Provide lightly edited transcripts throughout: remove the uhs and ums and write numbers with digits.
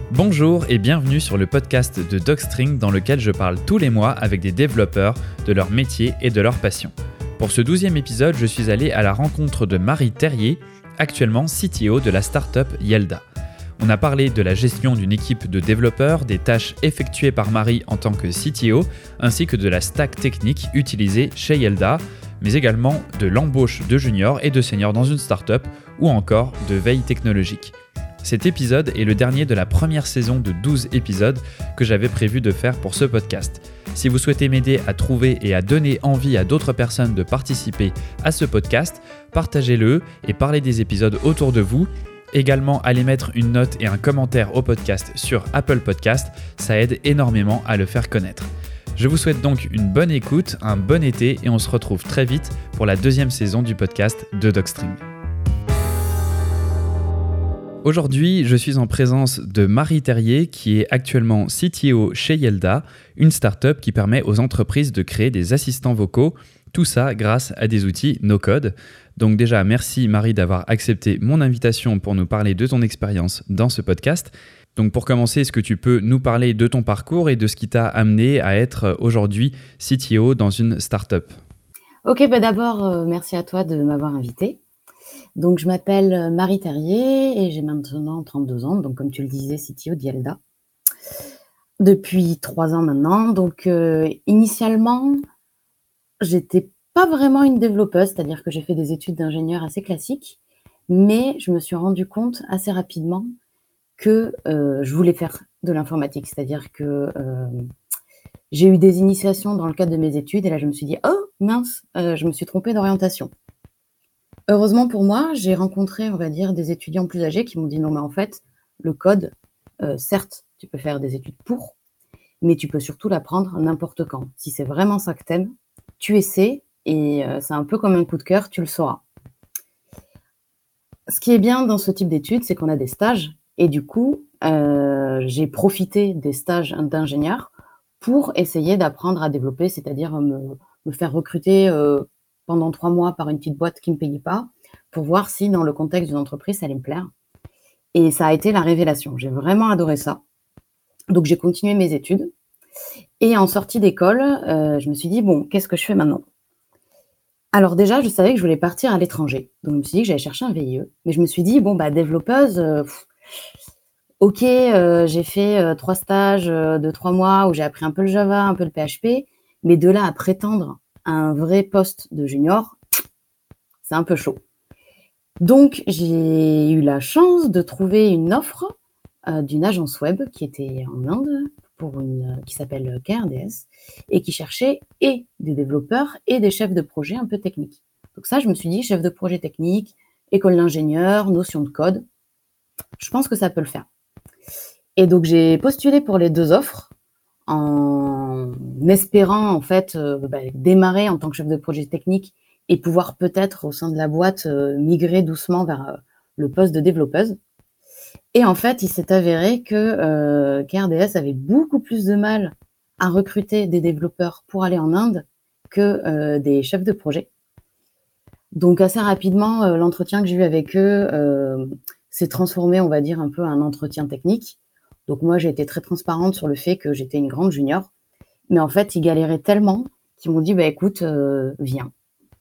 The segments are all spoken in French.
Bonjour et bienvenue sur le podcast de Docstring dans lequel je parle tous les mois avec des développeurs de leur métier et de leur passion. Pour ce 12e épisode, je suis allé à la rencontre de Marie Terrier, actuellement CTO de la startup Yelda. On a parlé de la gestion d'une équipe de développeurs, des tâches effectuées par Marie en tant que CTO, ainsi que de la stack technique utilisée chez Yelda, mais également de l'embauche de juniors et de seniors dans une startup ou encore de veille technologique. Cet épisode est le dernier de la première saison de 12 épisodes que j'avais prévu de faire pour ce podcast. Si vous souhaitez m'aider à trouver et à donner envie à d'autres personnes de participer à ce podcast, partagez-le et parlez des épisodes autour de vous. Également, allez mettre une note et un commentaire au podcast sur Apple Podcast, ça aide énormément à le faire connaître. Je vous souhaite donc une bonne écoute, un bon été et on se retrouve très vite pour la deuxième saison du podcast de Docstring. Aujourd'hui, je suis en présence de Marie Terrier qui est actuellement CTO chez Yelda, une startup qui permet aux entreprises de créer des assistants vocaux, tout ça grâce à des outils no-code. Donc déjà, merci Marie d'avoir accepté mon invitation pour nous parler de ton expérience dans ce podcast. Donc pour commencer, est-ce que tu peux nous parler de ton parcours et de ce qui t'a amené à être aujourd'hui CTO dans une startup ? Ok, d'abord, merci à toi de m'avoir invité. Donc, je m'appelle Marie Terrier et j'ai maintenant 32 ans, donc comme tu le disais, CTO de Yelda, depuis 3 ans maintenant. Donc, initialement, j'étais pas vraiment une développeuse, c'est-à-dire que j'ai fait des études d'ingénieur assez classiques, mais je me suis rendu compte assez rapidement que je voulais faire de l'informatique, c'est-à-dire que j'ai eu des initiations dans le cadre de mes études et là, je me suis dit « Oh mince, je me suis trompée d'orientation ». Heureusement pour moi, j'ai rencontré, on va dire, des étudiants plus âgés qui m'ont dit non, mais en fait, le code, certes, tu peux faire des études pour, mais tu peux surtout l'apprendre n'importe quand. Si c'est vraiment ça que t'aimes, tu essaies et c'est un peu comme un coup de cœur, tu le sauras. Ce qui est bien dans ce type d'études, c'est qu'on a des stages et du coup, j'ai profité des stages d'ingénieur pour essayer d'apprendre à développer, c'est-à-dire me faire recruter pendant 3 mois par une petite boîte qui ne me payait pas, pour voir si dans le contexte d'une entreprise, ça allait me plaire. Et ça a été la révélation. J'ai vraiment adoré ça. Donc, j'ai continué mes études. Et en sortie d'école, je me suis dit, bon, qu'est-ce que je fais maintenant ? Alors déjà, je savais que je voulais partir à l'étranger. Donc, je me suis dit que j'allais chercher un VIE. Mais je me suis dit, bon, développeuse, ok, j'ai fait 3 stages de 3 mois où j'ai appris un peu le Java, un peu le PHP. Mais de là à prétendre un vrai poste de junior, c'est un peu chaud. Donc, j'ai eu la chance de trouver une offre d'une agence web qui était en Inde, qui s'appelle KRDS, et qui cherchait et des développeurs et des chefs de projet un peu techniques. Donc ça, je me suis dit, chef de projet technique, école d'ingénieur, notion de code, je pense que ça peut le faire. Et donc, j'ai postulé pour les 2 offres, en espérant en fait démarrer en tant que chef de projet technique et pouvoir peut-être au sein de la boîte migrer doucement vers le poste de développeuse. Et en fait, il s'est avéré que KRDS avait beaucoup plus de mal à recruter des développeurs pour aller en Inde que des chefs de projet. Donc assez rapidement, l'entretien que j'ai eu avec eux s'est transformé, on va dire, un peu en un entretien technique. Donc moi, j'ai été très transparente sur le fait que j'étais une grande junior. Mais en fait, ils galéraient tellement qu'ils m'ont dit, écoute, viens.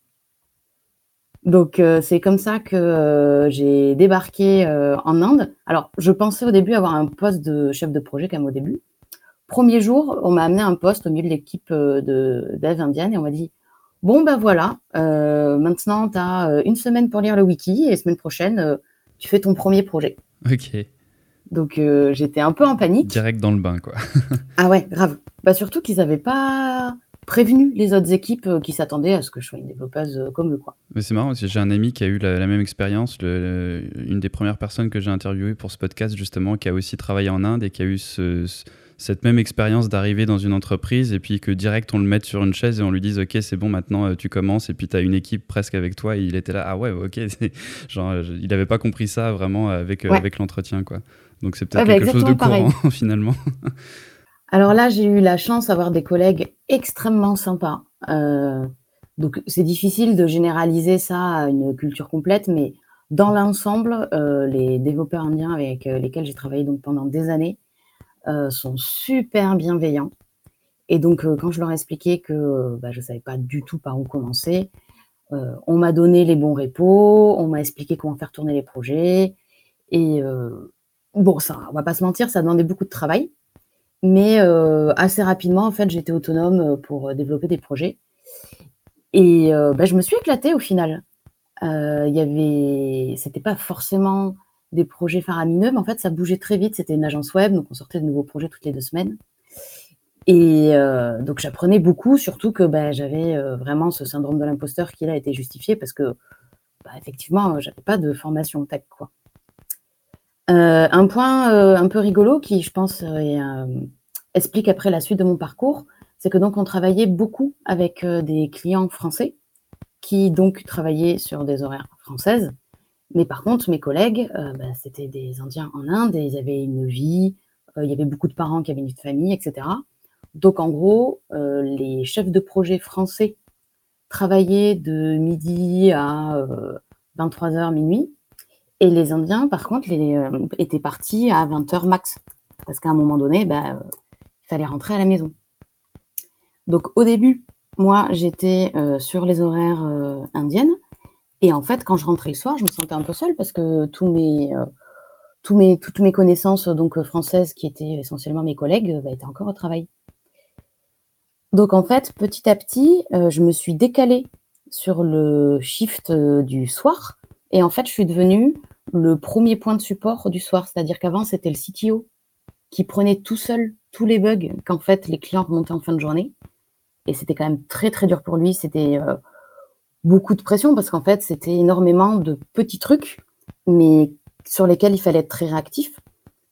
Donc, c'est comme ça que j'ai débarqué en Inde. Alors, je pensais au début avoir un poste de chef de projet, quand même au début. Premier jour, on m'a amené un poste au milieu de l'équipe de dev indienne et on m'a dit, bon, voilà, maintenant, tu as 1 semaine pour lire le wiki et semaine prochaine, tu fais ton premier projet. Ok. Donc, j'étais un peu en panique. Direct dans le bain, quoi. Ah ouais, grave. Surtout qu'ils n'avaient pas prévenu les autres équipes qui s'attendaient à ce que je sois une développeuse comme eux, quoi. Mais c'est marrant, j'ai un ami qui a eu la même expérience, une des premières personnes que j'ai interviewées pour ce podcast, justement, qui a aussi travaillé en Inde et qui a eu cette même expérience d'arriver dans une entreprise et puis que direct on le mette sur une chaise et on lui dise ok c'est bon maintenant tu commences et puis tu as une équipe presque avec toi et il était là ah ouais ok il n'avait pas compris ça vraiment avec l'entretien quoi. Donc c'est peut-être quelque chose de courant finalement. Alors là j'ai eu la chance d'avoir des collègues extrêmement sympas. Donc c'est difficile de généraliser ça à une culture complète mais dans l'ensemble, les développeurs indiens avec lesquels j'ai travaillé donc pendant des années, sont super bienveillants. Et donc, quand je leur ai expliqué que je ne savais pas du tout par où commencer, on m'a donné les bons repos, on m'a expliqué comment faire tourner les projets. Et bon, ça, on va pas se mentir, ça demandait beaucoup de travail. Mais assez rapidement, en fait, j'étais autonome pour développer des projets. Et je me suis éclatée au final. C'était pas forcément des projets faramineux, mais en fait, ça bougeait très vite. C'était une agence web, donc on sortait de nouveaux projets toutes les 2 semaines. Et donc j'apprenais beaucoup, surtout que j'avais vraiment ce syndrome de l'imposteur qui là était justifié parce que effectivement, j'avais pas de formation tech, quoi. Un point un peu rigolo qui, je pense, explique après la suite de mon parcours, c'est que donc on travaillait beaucoup avec des clients français qui donc travaillaient sur des horaires françaises. Mais par contre, mes collègues, c'était des Indiens en Inde et ils avaient une vie, il y avait beaucoup de parents qui avaient une vie de famille, etc. Donc en gros, les chefs de projet français travaillaient de midi à 23h, minuit. Et les Indiens, par contre, étaient partis à 20h max. Parce qu'à un moment donné, il fallait rentrer à la maison. Donc au début, moi, j'étais sur les horaires indiennes. Et en fait, quand je rentrais le soir, je me sentais un peu seule parce que toutes mes connaissances donc françaises, qui étaient essentiellement mes collègues, étaient encore au travail. Donc en fait, petit à petit, je me suis décalée sur le shift du soir. Et en fait, je suis devenue le premier point de support du soir. C'est-à-dire qu'avant, c'était le CTO qui prenait tout seul tous les bugs qu'en fait les clients remontaient en fin de journée. Et c'était quand même très, très dur pour lui. C'était beaucoup de pression parce qu'en fait, c'était énormément de petits trucs, mais sur lesquels il fallait être très réactif.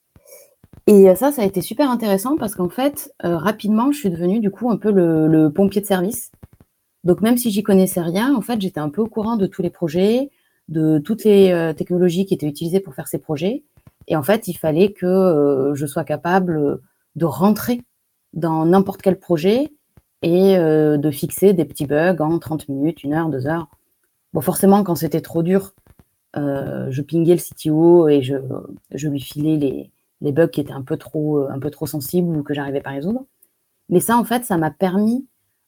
Et ça a été super intéressant parce qu'en fait, rapidement, je suis devenue du coup un peu le pompier de service. Donc même si j'y connaissais rien, en fait, j'étais un peu au courant de tous les projets, de toutes les technologies qui étaient utilisées pour faire ces projets. Et en fait, il fallait que je sois capable de rentrer dans n'importe quel projet et de fixer des petits bugs en 30 minutes, 1 heure, 2 heures. Bon, forcément, quand c'était trop dur, je pinguais le CTO et je lui filais les bugs qui étaient un peu trop sensibles ou que j'arrivais pas à résoudre. Mais ça, en fait, ça m'a permis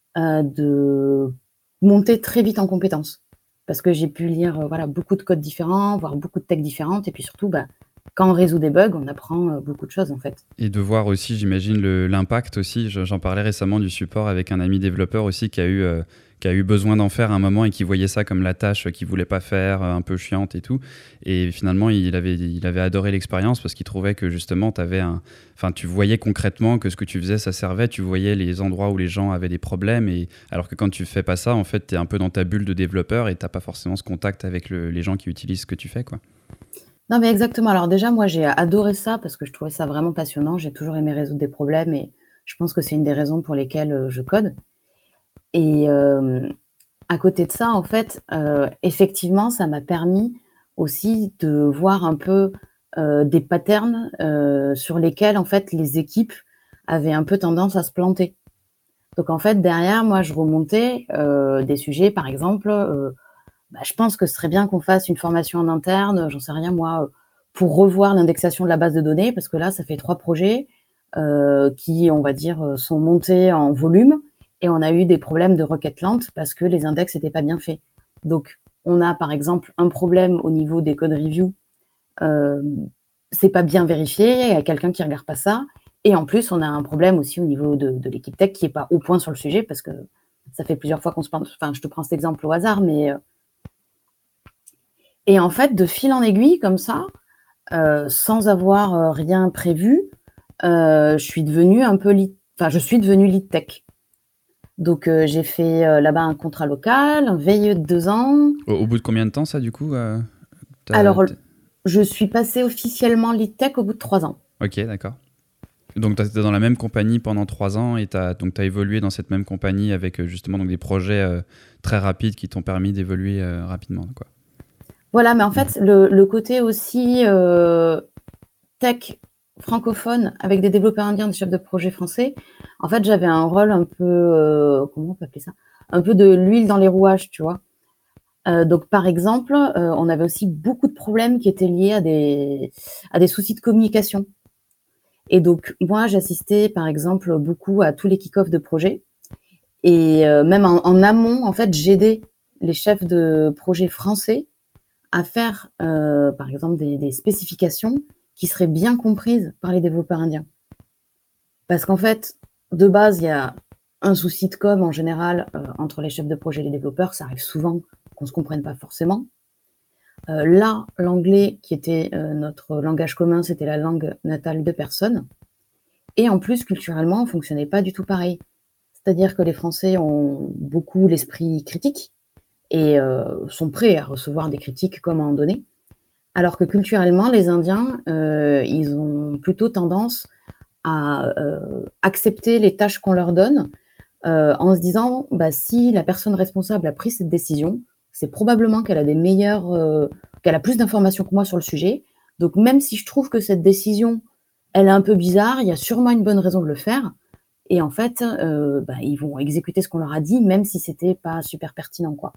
de monter très vite en compétences. Parce que j'ai pu lire beaucoup de codes différents, voir beaucoup de tech différentes. Et puis surtout, quand on résout des bugs, on apprend beaucoup de choses en fait. Et de voir aussi, j'imagine, l'impact aussi. J'en parlais récemment du support avec un ami développeur aussi qui a eu besoin d'en faire un moment et qui voyait ça comme la tâche qu'il voulait pas faire, un peu chiante et tout. Et finalement, il avait adoré l'expérience parce qu'il trouvait que justement, tu voyais concrètement que ce que tu faisais, ça servait. Tu voyais les endroits où les gens avaient des problèmes. Et alors que quand tu fais pas ça, en fait, tu es un peu dans ta bulle de développeur et t'as pas forcément ce contact avec les gens qui utilisent ce que tu fais, quoi. Non, mais exactement. Alors déjà, moi, j'ai adoré ça parce que je trouvais ça vraiment passionnant. J'ai toujours aimé résoudre des problèmes et je pense que c'est une des raisons pour lesquelles je code. Et à côté de ça, en fait, effectivement, ça m'a permis aussi de voir un peu des patterns sur lesquels, en fait, les équipes avaient un peu tendance à se planter. Donc, en fait, derrière, moi, je remontais des sujets, par exemple, je pense que ce serait bien qu'on fasse une formation en interne, j'en sais rien moi, pour revoir l'indexation de la base de données, parce que là, ça fait 3 projets qui, on va dire, sont montés en volume et on a eu des problèmes de requêtes lentes parce que les index n'étaient pas bien faits. Donc, on a par exemple un problème au niveau des code review, c'est pas bien vérifié, il y a quelqu'un qui regarde pas ça. Et en plus, on a un problème aussi au niveau de l'équipe tech qui est pas au point sur le sujet parce que ça fait plusieurs fois qu'on se parle. Enfin, je te prends cet exemple au hasard, mais et en fait, de fil en aiguille, comme ça, sans avoir rien prévu, je suis devenue lead tech. Donc, j'ai fait là-bas un contrat local, un VIE de 2 ans. Au bout de combien de temps, ça, du coup Alors, je suis passée officiellement lead tech au bout de 3 ans. Ok, d'accord. Donc, tu étais dans la même compagnie pendant 3 ans et tu as évolué dans cette même compagnie avec justement donc, des projets très rapides qui t'ont permis d'évoluer rapidement, quoi. Voilà, mais en fait, le côté aussi tech francophone avec des développeurs indiens, des chefs de projet français, en fait, j'avais un rôle un peu, comment on peut appeler ça? Un peu de l'huile dans les rouages, tu vois? Donc par exemple, on avait aussi beaucoup de problèmes qui étaient liés à des soucis de communication. Et donc moi, j'assistais par exemple beaucoup à tous les kick-offs de projets et même en amont, en fait, j'aidais les chefs de projet français à faire, par exemple des spécifications qui seraient bien comprises par les développeurs indiens. Parce qu'en fait, de base, il y a un souci de com en général, entre les chefs de projet et les développeurs. Ça arrive souvent qu'on se comprenne pas forcément. Là, l'anglais qui était, notre langage commun, c'était la langue natale de personne et en plus, culturellement, on fonctionnait pas du tout pareil. C'est-à-dire que les Français ont beaucoup l'esprit critique et sont prêts à recevoir des critiques comme à en donner. Alors que culturellement, les Indiens, ils ont plutôt tendance à accepter les tâches qu'on leur donne, en se disant, bah, si la personne responsable a pris cette décision, c'est probablement qu'elle a qu'elle a plus d'informations que moi sur le sujet. Donc même si je trouve que cette décision, elle est un peu bizarre, il y a sûrement une bonne raison de le faire. Et en fait, bah, ils vont exécuter ce qu'on leur a dit, même si c'était pas super pertinent, quoi.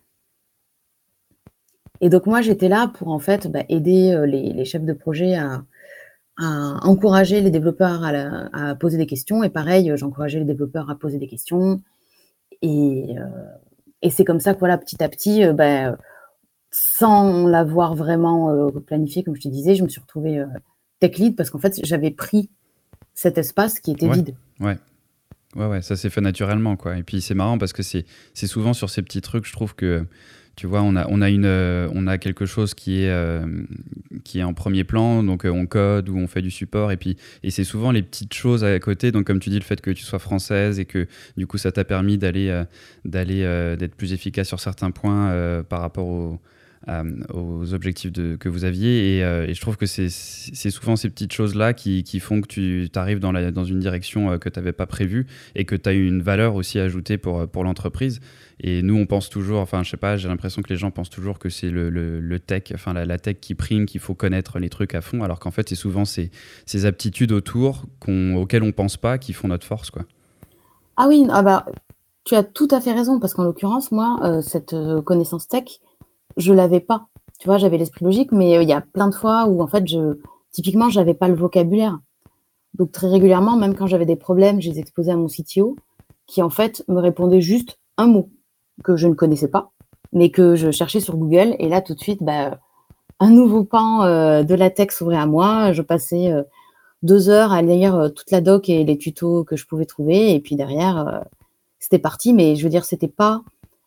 Et donc moi, j'étais là pour en fait aider les chefs de projet à encourager les développeurs à poser des questions. Et pareil, j'encourageais les développeurs à poser des questions. Et, c'est comme ça que voilà, petit à petit, sans l'avoir vraiment planifié, comme je te disais, je me suis retrouvée tech lead parce qu'en fait, j'avais pris cet espace qui était vide. Ouais, ça s'est fait naturellement, quoi. Et puis c'est marrant parce que c'est souvent sur ces petits trucs, je trouve que, tu vois, on a quelque chose qui est en premier plan, donc on code ou on fait du support, et c'est souvent les petites choses à côté. Donc comme tu dis, le fait que tu sois française et que du coup ça t'a permis d'être plus efficace sur certains points par rapport aux objectifs que vous aviez, et je trouve que c'est souvent ces petites choses-là qui font que tu arrives dans une direction que tu n'avais pas prévue et que tu as une valeur aussi ajoutée pour l'entreprise. Et nous, on pense toujours, enfin, je sais pas, j'ai l'impression que les gens pensent toujours que c'est le tech, enfin la tech qui prime, qu'il faut connaître les trucs à fond, alors qu'en fait, c'est souvent ces aptitudes autour auxquelles on pense pas qui font notre force, quoi. Ah oui, tu as tout à fait raison, parce qu'en l'occurrence, moi, cette connaissance tech, je l'avais pas. Tu vois, j'avais l'esprit logique, mais il y a plein de fois où en fait, typiquement, j'avais pas le vocabulaire. Donc très régulièrement, même quand j'avais des problèmes, je les exposais à mon CTO, qui en fait me répondait juste un mot que je ne connaissais pas, mais que je cherchais sur Google. Et là, tout de suite, un nouveau pan de la tech s'ouvrait à moi. Je passais 2 heures à lire toute la doc et les tutos que je pouvais trouver. Et puis derrière, c'était parti. Mais je veux dire, c'était pas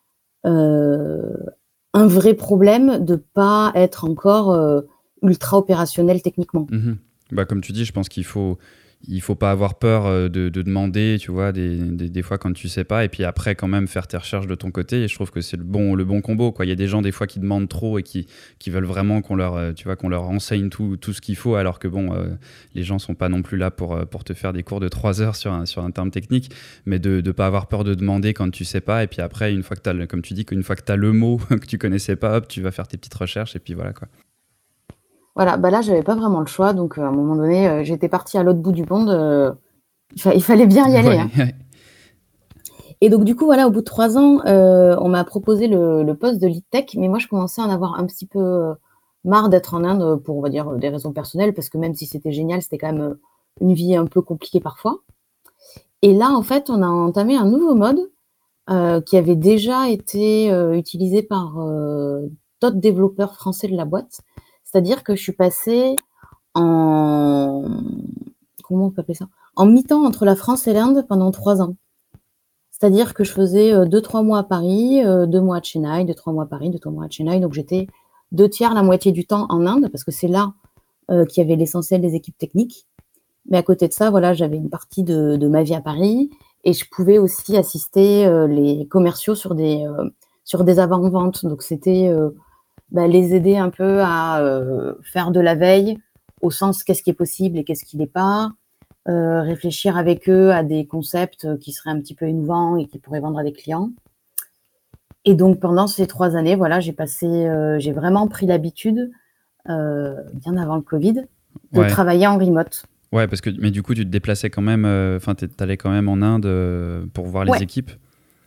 un vrai problème de pas être encore ultra opérationnel techniquement. Comme tu dis, je pense qu'il faut pas avoir peur de demander, tu vois, des fois quand tu sais pas, et puis après quand même faire tes recherches de ton côté. Et je trouve que c'est le bon combo, quoi. Il y a des gens des fois qui demandent trop et qui veulent vraiment qu'on leur enseigne tout ce qu'il faut, alors que les gens sont pas non plus là pour te faire des cours de 3 heures sur un terme technique, mais de pas avoir peur de demander quand tu sais pas. Et puis après, une fois que comme tu dis, qu'une fois que t'as le mot que tu connaissais pas, hop, tu vas faire tes petites recherches et puis voilà, quoi. Voilà, là, j'avais pas vraiment le choix, donc à un moment donné, j'étais partie à l'autre bout du monde, il fallait bien y aller, ouais, hein. Et donc du coup, voilà, au bout de 3 ans, on m'a proposé le poste de lead tech, mais moi, je commençais à en avoir un petit peu marre d'être en Inde pour, on va dire, des raisons personnelles, parce que même si c'était génial, c'était quand même une vie un peu compliquée parfois. Et là, en fait, on a entamé un nouveau mode qui avait déjà été utilisé par d'autres développeurs français de la boîte. C'est-à-dire que je suis passée en comment on peut appeler ça? En mi-temps entre la France et l'Inde pendant 3 ans. C'est-à-dire que je faisais 2-3 mois à Paris, 2 mois à Chennai, 2-3 mois à Paris, 2-3 mois à Chennai. Donc j'étais 2/3, la moitié du temps en Inde, parce que c'est là qu'il y avait l'essentiel des équipes techniques. Mais à côté de ça, voilà, j'avais une partie de ma vie à Paris et je pouvais aussi assister les commerciaux sur des avant-ventes. Donc c'était les aider un peu à faire de la veille, au sens qu'est-ce qui est possible et qu'est-ce qui l'est pas, réfléchir avec eux à des concepts qui seraient un petit peu innovants et qui pourraient vendre à des clients. Et donc pendant ces 3 années, voilà, j'ai vraiment pris l'habitude, bien avant le Covid, de travailler en remote. Ouais, mais du coup, tu te déplaçais quand même, t'allais quand même en Inde pour voir les équipes.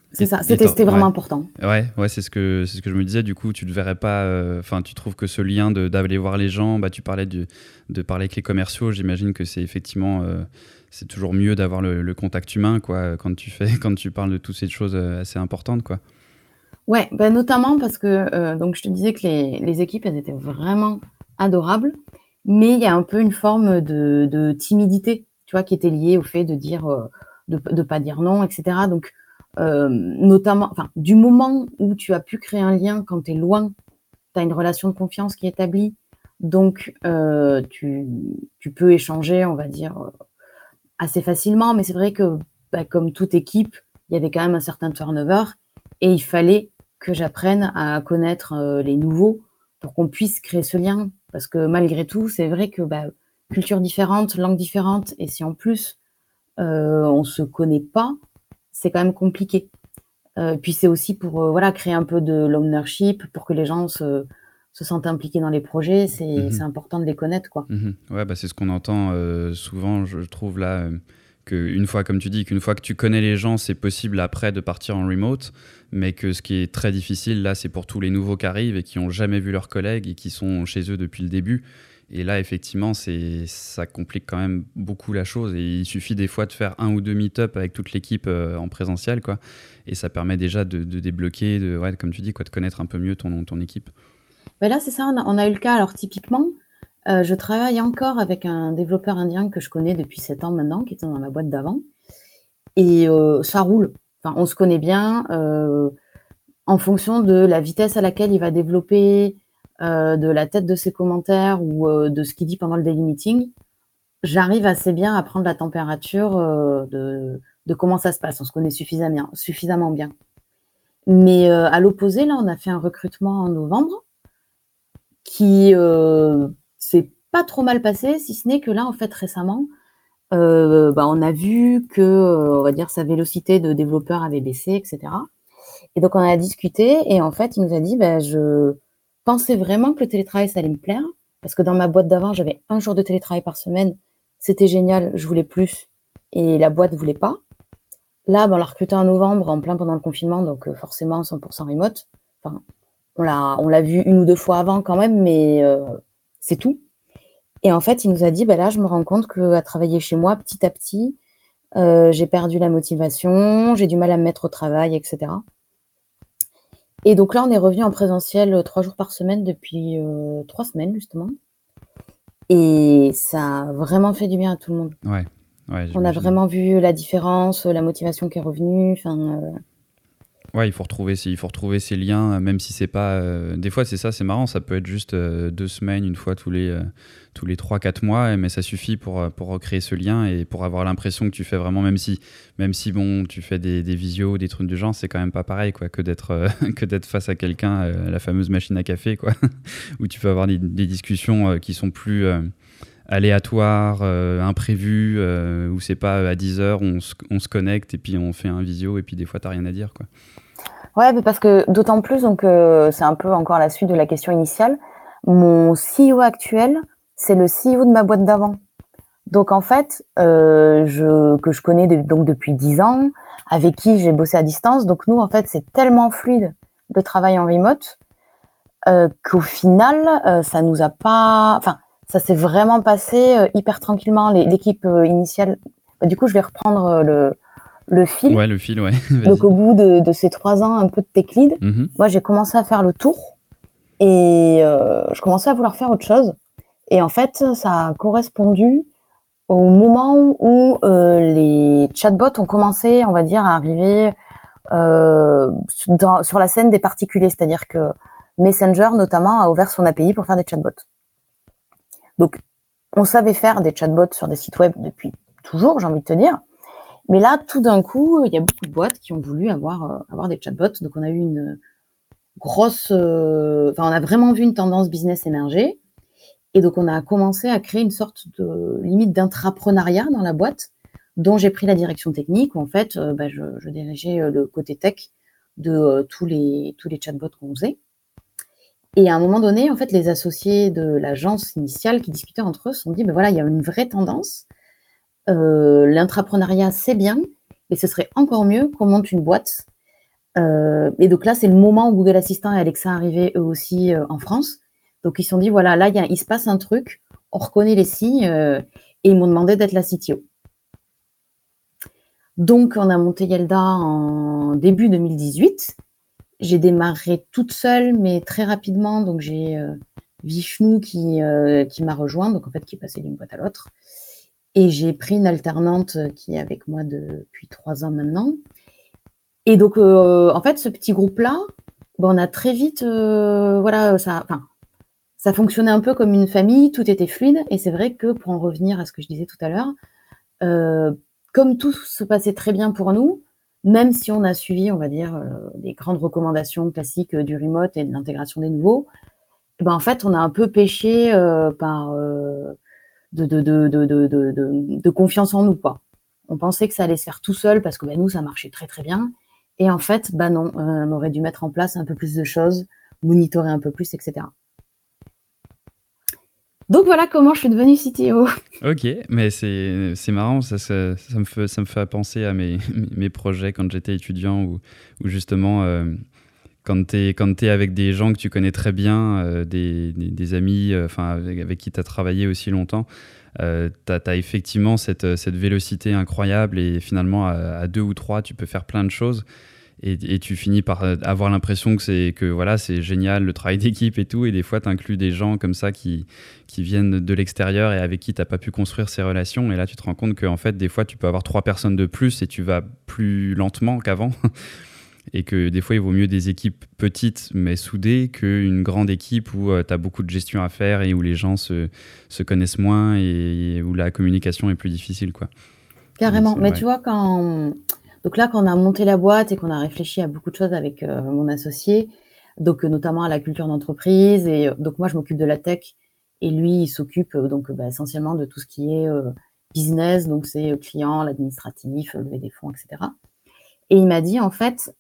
C'est ça, c'était vraiment important. Ouais, c'est ce que je me disais. Du coup, tu ne devrais pas. Enfin, tu trouves que ce lien d'aller voir les gens, tu parlais de parler avec les commerciaux. J'imagine que c'est effectivement, c'est toujours mieux d'avoir le contact humain, quoi, quand tu parles de toutes ces choses assez importantes, quoi. Ouais, notamment parce que donc je te disais que les équipes, elles étaient vraiment adorables, mais il y a un peu une forme de timidité, tu vois, qui était liée au fait de dire, de pas dire non, et cetera. Donc, notamment, enfin, du moment où tu as pu créer un lien quand tu es loin, tu as une relation de confiance qui est établie, donc tu peux échanger, on va dire, assez facilement. Mais c'est vrai que, comme toute équipe, il y avait quand même un certain turnover et il fallait que j'apprenne à connaître les nouveaux pour qu'on puisse créer ce lien. Parce que malgré tout, c'est vrai que culture différente, langue différente, et si en plus on se connaît pas, c'est quand même compliqué. Puis c'est aussi pour voilà, créer un peu de l'ownership, pour que les gens se sentent impliqués dans les projets. C'est important de les connaître, quoi. Ouais, c'est ce qu'on entend souvent, je trouve là. Qu'une fois, comme tu dis, qu'une fois que tu connais les gens, c'est possible après de partir en remote, mais que ce qui est très difficile là, c'est pour tous les nouveaux qui arrivent et qui n'ont jamais vu leurs collègues et qui sont chez eux depuis le début. Et là, effectivement, ça complique quand même beaucoup la chose. Et il suffit des fois de faire 1 ou 2 meet-up avec toute l'équipe en présentiel, quoi. Et ça permet déjà de débloquer, comme tu dis, quoi, de connaître un peu mieux ton équipe. Là, c'est ça, on a eu le cas. Alors typiquement, je travaille encore avec un développeur indien que je connais depuis 7 ans maintenant, qui était dans ma boîte d'avant. Et ça roule. Enfin, on se connaît bien. En fonction de la vitesse à laquelle il va développer, de la tête de ses commentaires ou de ce qu'il dit pendant le daily meeting, j'arrive assez bien à prendre la température de comment ça se passe. On se connaît suffisamment bien. Mais à l'opposé, là, on a fait un recrutement en novembre qui s'est pas trop mal passé, si ce n'est que là, en fait, récemment, on a vu que, on va dire, sa vélocité de développeur avait baissé, etc. Et donc, on a discuté et en fait, il nous a dit, je pensais vraiment que le télétravail, ça allait me plaire parce que dans ma boîte d'avant, j'avais 1 jour de télétravail par semaine. C'était génial, je voulais plus et la boîte voulait pas. Là, on l'a recruté en novembre, en plein pendant le confinement, donc forcément 100% remote. Enfin, on l'a vu 1 ou 2 fois avant quand même, mais c'est tout. Et en fait, il nous a dit, là, je me rends compte qu'à travailler chez moi, petit à petit, j'ai perdu la motivation, j'ai du mal à me mettre au travail, etc. Et donc là, on est revenu en présentiel 3 jours par semaine depuis 3 semaines, justement. Et ça a vraiment fait du bien à tout le monde. Ouais, on a vraiment vu la différence, la motivation qui est revenue. Ouais, il faut retrouver ces liens, même si c'est pas. Des fois, c'est ça, c'est marrant, ça peut être juste 2 semaines, une fois tous les 3-4 mois, mais ça suffit pour recréer ce lien et pour avoir l'impression que tu fais vraiment, même si bon, tu fais des visios, des trucs du genre, c'est quand même pas pareil, quoi, que d'être face à quelqu'un, la fameuse machine à café, quoi, où tu peux avoir des discussions qui sont plus aléatoires, imprévues, où c'est pas à 10h, on se connecte et puis on fait un visio et puis des fois t'as rien à dire, quoi. Ouais, mais parce que d'autant plus, donc c'est un peu encore la suite de la question initiale. Mon CEO actuel, c'est le CEO de ma boîte d'avant. Donc en fait, que je connais donc depuis 10 ans, avec qui j'ai bossé à distance. Donc nous, en fait, c'est tellement fluide de travailler en remote qu'au final, ça nous a pas. Enfin, ça s'est vraiment passé hyper tranquillement. L'équipe initiale. Du coup, je vais reprendre le fil. Ouais, le fil, ouais. Donc au bout de ces 3 ans un peu de tech lead, moi j'ai commencé à faire le tour et je commençais à vouloir faire autre chose. Et en fait, ça a correspondu au moment où les chatbots ont commencé, on va dire, à arriver sur la scène des particuliers. C'est-à-dire que Messenger, notamment, a ouvert son API pour faire des chatbots. Donc, on savait faire des chatbots sur des sites web depuis toujours, j'ai envie de te dire. Mais là, tout d'un coup, il y a beaucoup de boîtes qui ont voulu avoir des chatbots. Donc, on a eu une grosse... on a vraiment vu une tendance business émerger. Et donc, on a commencé à créer une sorte de limite d'intrapreneuriat dans la boîte, dont j'ai pris la direction technique, où en fait, je dirigeais le côté tech de tous les chatbots qu'on faisait. Et à un moment donné, en fait, les associés de l'agence initiale qui discutaient entre eux se sont dit, il y a une vraie tendance. L'intrapreneuriat, c'est bien, mais ce serait encore mieux qu'on monte une boîte Et donc là, c'est le moment où Google Assistant et Alexa arrivaient eux aussi en France. Donc ils se sont dit, voilà, là, il se passe un truc, on reconnaît les signes, et ils m'ont demandé d'être la CTO. Donc on a monté Yelda en début 2018. J'ai démarré toute seule, mais très rapidement. Donc j'ai Vishnu qui m'a rejoint, donc en fait qui est passé d'une boîte à l'autre. Et j'ai pris une alternante qui est avec moi depuis 3 ans maintenant. Et donc, en fait, ce petit groupe-là, on a très vite, voilà, ça fonctionnait un peu comme une famille, tout était fluide. Et c'est vrai que pour en revenir à ce que je disais tout à l'heure, comme tout se passait très bien pour nous, même si on a suivi, on va dire, des grandes recommandations classiques du remote et de l'intégration des nouveaux, en fait, on a un peu péché par de confiance en nous, quoi. On pensait que ça allait se faire tout seul parce que nous, ça marchait très très bien. Et en fait, non, on aurait dû mettre en place un peu plus de choses, monitorer un peu plus, etc. Donc voilà comment je suis devenue CTO. Ok, mais c'est marrant, ça me fait penser à mes projets quand j'étais étudiant où justement, quand t'es avec des gens que tu connais très bien, des amis avec qui tu as travaillé aussi longtemps, t'as effectivement cette vélocité incroyable et finalement à 2 ou 3 tu peux faire plein de choses et tu finis par avoir l'impression que voilà, c'est génial le travail d'équipe et tout, et des fois t'inclus des gens comme ça qui viennent de l'extérieur et avec qui t'as pas pu construire ces relations, et là tu te rends compte qu'en fait des fois tu peux avoir 3 personnes de plus et tu vas plus lentement qu'avant. Et que des fois, il vaut mieux des équipes petites mais soudées qu'une grande équipe où tu as beaucoup de gestion à faire et où les gens se connaissent moins et où la communication est plus difficile, quoi. Carrément. Mais tu vois, donc là, quand on a monté la boîte et qu'on a réfléchi à beaucoup de choses avec mon associé, donc notamment à la culture d'entreprise, et donc moi, je m'occupe de la tech et lui, il s'occupe essentiellement de tout ce qui est business, donc c'est client, l'administratif, lever des fonds, etc. Et il m'a dit, en fait,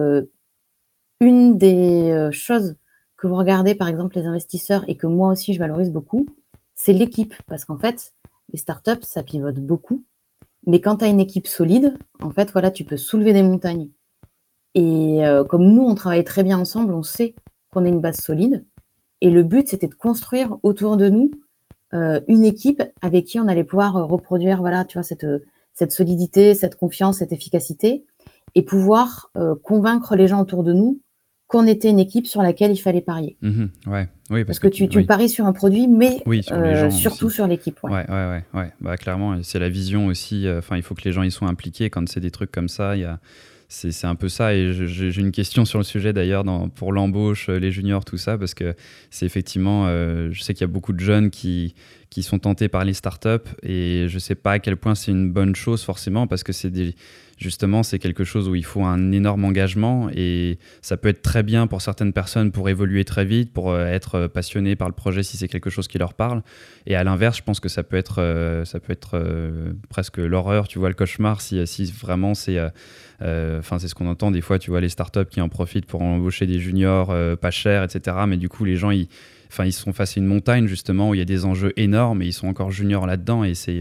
une des choses que vous regardez, par exemple, les investisseurs, et que moi aussi, je valorise beaucoup, c'est l'équipe. Parce qu'en fait, les startups, ça pivote beaucoup. Mais quand tu as une équipe solide, en fait, voilà, tu peux soulever des montagnes. Et comme nous, on travaille très bien ensemble, on sait qu'on a une base solide. Et le but, c'était de construire autour de nous une équipe avec qui on allait pouvoir reproduire, voilà, tu vois, cette solidité, cette confiance, cette efficacité, et pouvoir convaincre les gens autour de nous qu'on était une équipe sur laquelle il fallait parier. Ouais. Oui, parce que tu paries sur un produit, mais sur les gens surtout aussi. sur l'équipe. Ouais. Bah, clairement, c'est la vision aussi. Il faut que les gens y soient impliqués. Quand c'est des trucs comme ça, c'est un peu ça. Et j'ai une question sur le sujet d'ailleurs pour l'embauche, les juniors, tout ça, parce que c'est effectivement, je sais qu'il y a beaucoup de jeunes qui sont tentés par les startups, et je sais pas à quel point c'est une bonne chose forcément, parce que justement, c'est quelque chose où il faut un énorme engagement, et ça peut être très bien pour certaines personnes pour évoluer très vite, pour être passionné par le projet si c'est quelque chose qui leur parle. Et à l'inverse, je pense que ça peut être presque l'horreur, tu vois, le cauchemar, si vraiment c'est ce qu'on entend des fois, tu vois, les startups qui en profitent pour embaucher des juniors pas chers, etc. Mais du coup, les gens, ils sont face à une montagne justement où il y a des enjeux énormes et ils sont encore juniors là-dedans, et c'est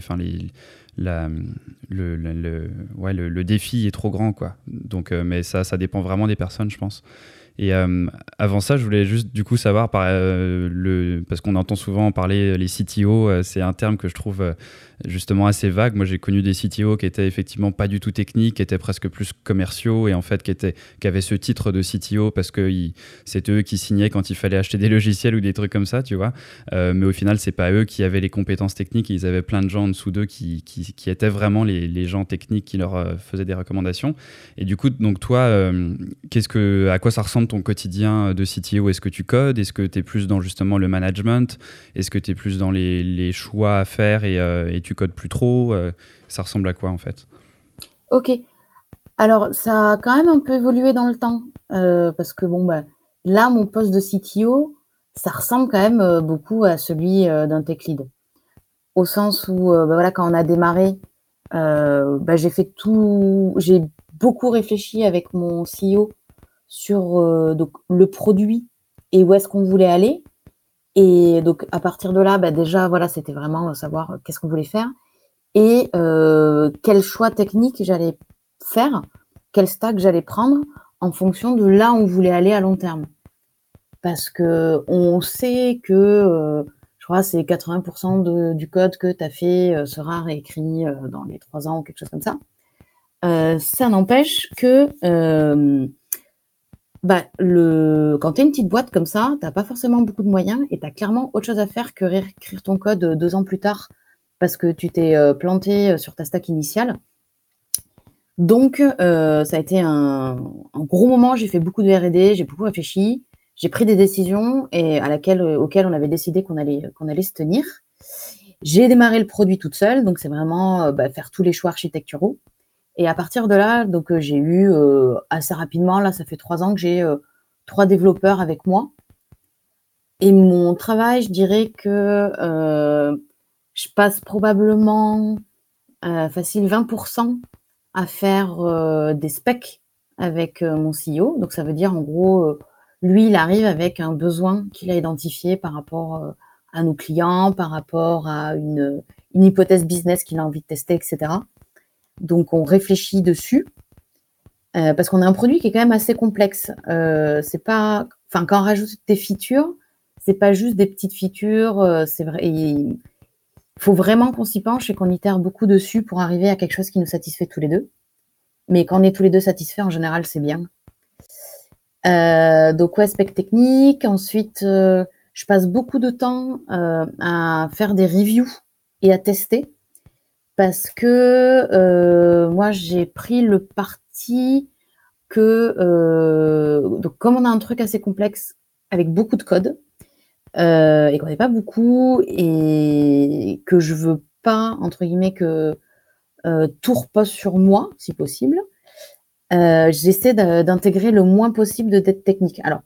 le défi est trop grand, quoi. Donc mais ça dépend vraiment des personnes, je pense. Et avant ça, je voulais juste du coup savoir parce qu'on entend souvent parler les CTO, c'est un terme que je trouve justement assez vague. Moi, j'ai connu des CTO qui étaient effectivement pas du tout techniques, qui étaient presque plus commerciaux, et en fait qui avaient ce titre de CTO parce que c'était eux qui signaient quand il fallait acheter des logiciels ou des trucs comme ça, tu vois. Mais au final, c'est pas eux qui avaient les compétences techniques, ils avaient plein de gens en dessous d'eux qui étaient vraiment les gens techniques qui leur faisaient des recommandations. Et du coup, donc toi, à quoi ça ressemble ton quotidien de CTO? Est-ce que tu codes? Est-ce que tu es plus dans justement le management? Est-ce que tu es plus dans les choix à faire et tu codes plus trop? Ça ressemble à quoi en fait? Ok. Alors, ça a quand même un peu évolué dans le temps, parce que là, mon poste de CTO, ça ressemble quand même beaucoup à celui d'un tech lead. Au sens où, quand on a démarré, j'ai beaucoup réfléchi avec mon CEO sur donc le produit et où est-ce qu'on voulait aller. Et donc, à partir de là, déjà, voilà, c'était vraiment savoir qu'est-ce qu'on voulait faire et quel choix technique j'allais faire, quel stack j'allais prendre en fonction de là où on voulait aller à long terme. Parce qu'on sait que, je crois c'est 80% du code que tu as fait sera réécrit dans les 3 ans ou quelque chose comme ça. Ça n'empêche que quand tu es une petite boîte comme ça, tu n'as pas forcément beaucoup de moyens et tu as clairement autre chose à faire que réécrire ton code 2 ans plus tard parce que tu t'es planté sur ta stack initiale. Donc, ça a été un gros moment. J'ai fait beaucoup de R&D, j'ai beaucoup réfléchi, j'ai pris des décisions auxquelles on avait décidé qu'on allait se tenir. J'ai démarré le produit toute seule, donc c'est vraiment faire tous les choix architecturaux. Et à partir de là, donc j'ai eu assez rapidement, là ça fait 3 ans que j'ai 3 développeurs avec moi. Et mon travail, je dirais que je passe probablement facile 20% à faire des specs avec mon CEO. Donc ça veut dire en gros, lui il arrive avec un besoin qu'il a identifié par rapport à nos clients, par rapport à une hypothèse business qu'il a envie de tester, etc. Donc on réfléchit dessus parce qu'on a un produit qui est quand même assez complexe. C'est pas, enfin quand on rajoute des features, c'est pas juste des petites features. C'est vrai. Il faut vraiment qu'on s'y penche et qu'on itère beaucoup dessus pour arriver à quelque chose qui nous satisfait tous les deux. Mais quand on est tous les deux satisfaits, en général, c'est bien. Donc ouais, spec technique. Ensuite, je passe beaucoup de temps à faire des reviews et à tester. Parce que moi, j'ai pris le parti que donc comme on a un truc assez complexe avec beaucoup de code et qu'on n'est pas beaucoup et que je veux pas, entre guillemets, que tout repose sur moi, si possible, j'essaie d'intégrer le moins possible de dette technique. Alors,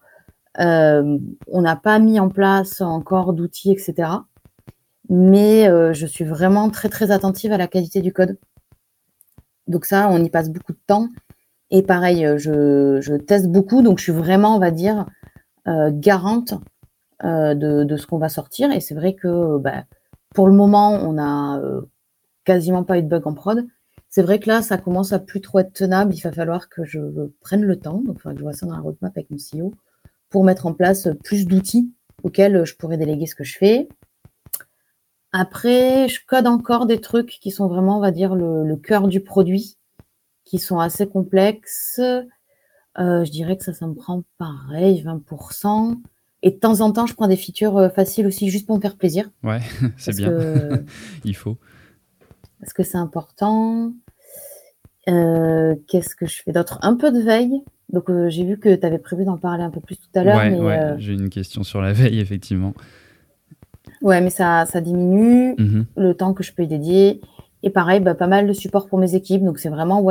on n'a pas mis en place encore d'outils, etc. Mais je suis vraiment très, très attentive à la qualité du code. Donc ça, on y passe beaucoup de temps. Et pareil, je teste beaucoup. Donc, je suis vraiment, on va dire, garante de ce qu'on va sortir. Et c'est vrai que pour le moment, on n'a quasiment pas eu de bug en prod. C'est vrai que là, ça commence à plus trop être tenable. Il va falloir que je prenne le temps. Donc, je vois ça dans la roadmap avec mon CEO pour mettre en place plus d'outils auxquels je pourrais déléguer ce que je fais. Après, je code encore des trucs qui sont vraiment, on va dire, le cœur du produit, qui sont assez complexes. Je dirais que ça me prend pareil, 20%. Et de temps en temps, je prends des features faciles aussi, juste pour me faire plaisir. Ouais, c'est bien. Il faut. Parce que c'est important. Qu'est-ce que je fais d'autre? Un peu de veille. Donc, j'ai vu que tu avais prévu d'en parler un peu plus tout à l'heure. Ouais, j'ai une question sur la veille, effectivement. Ouais, mais ça diminue le temps que je peux y dédier. Et pareil, pas mal de support pour mes équipes. Donc, c'est vraiment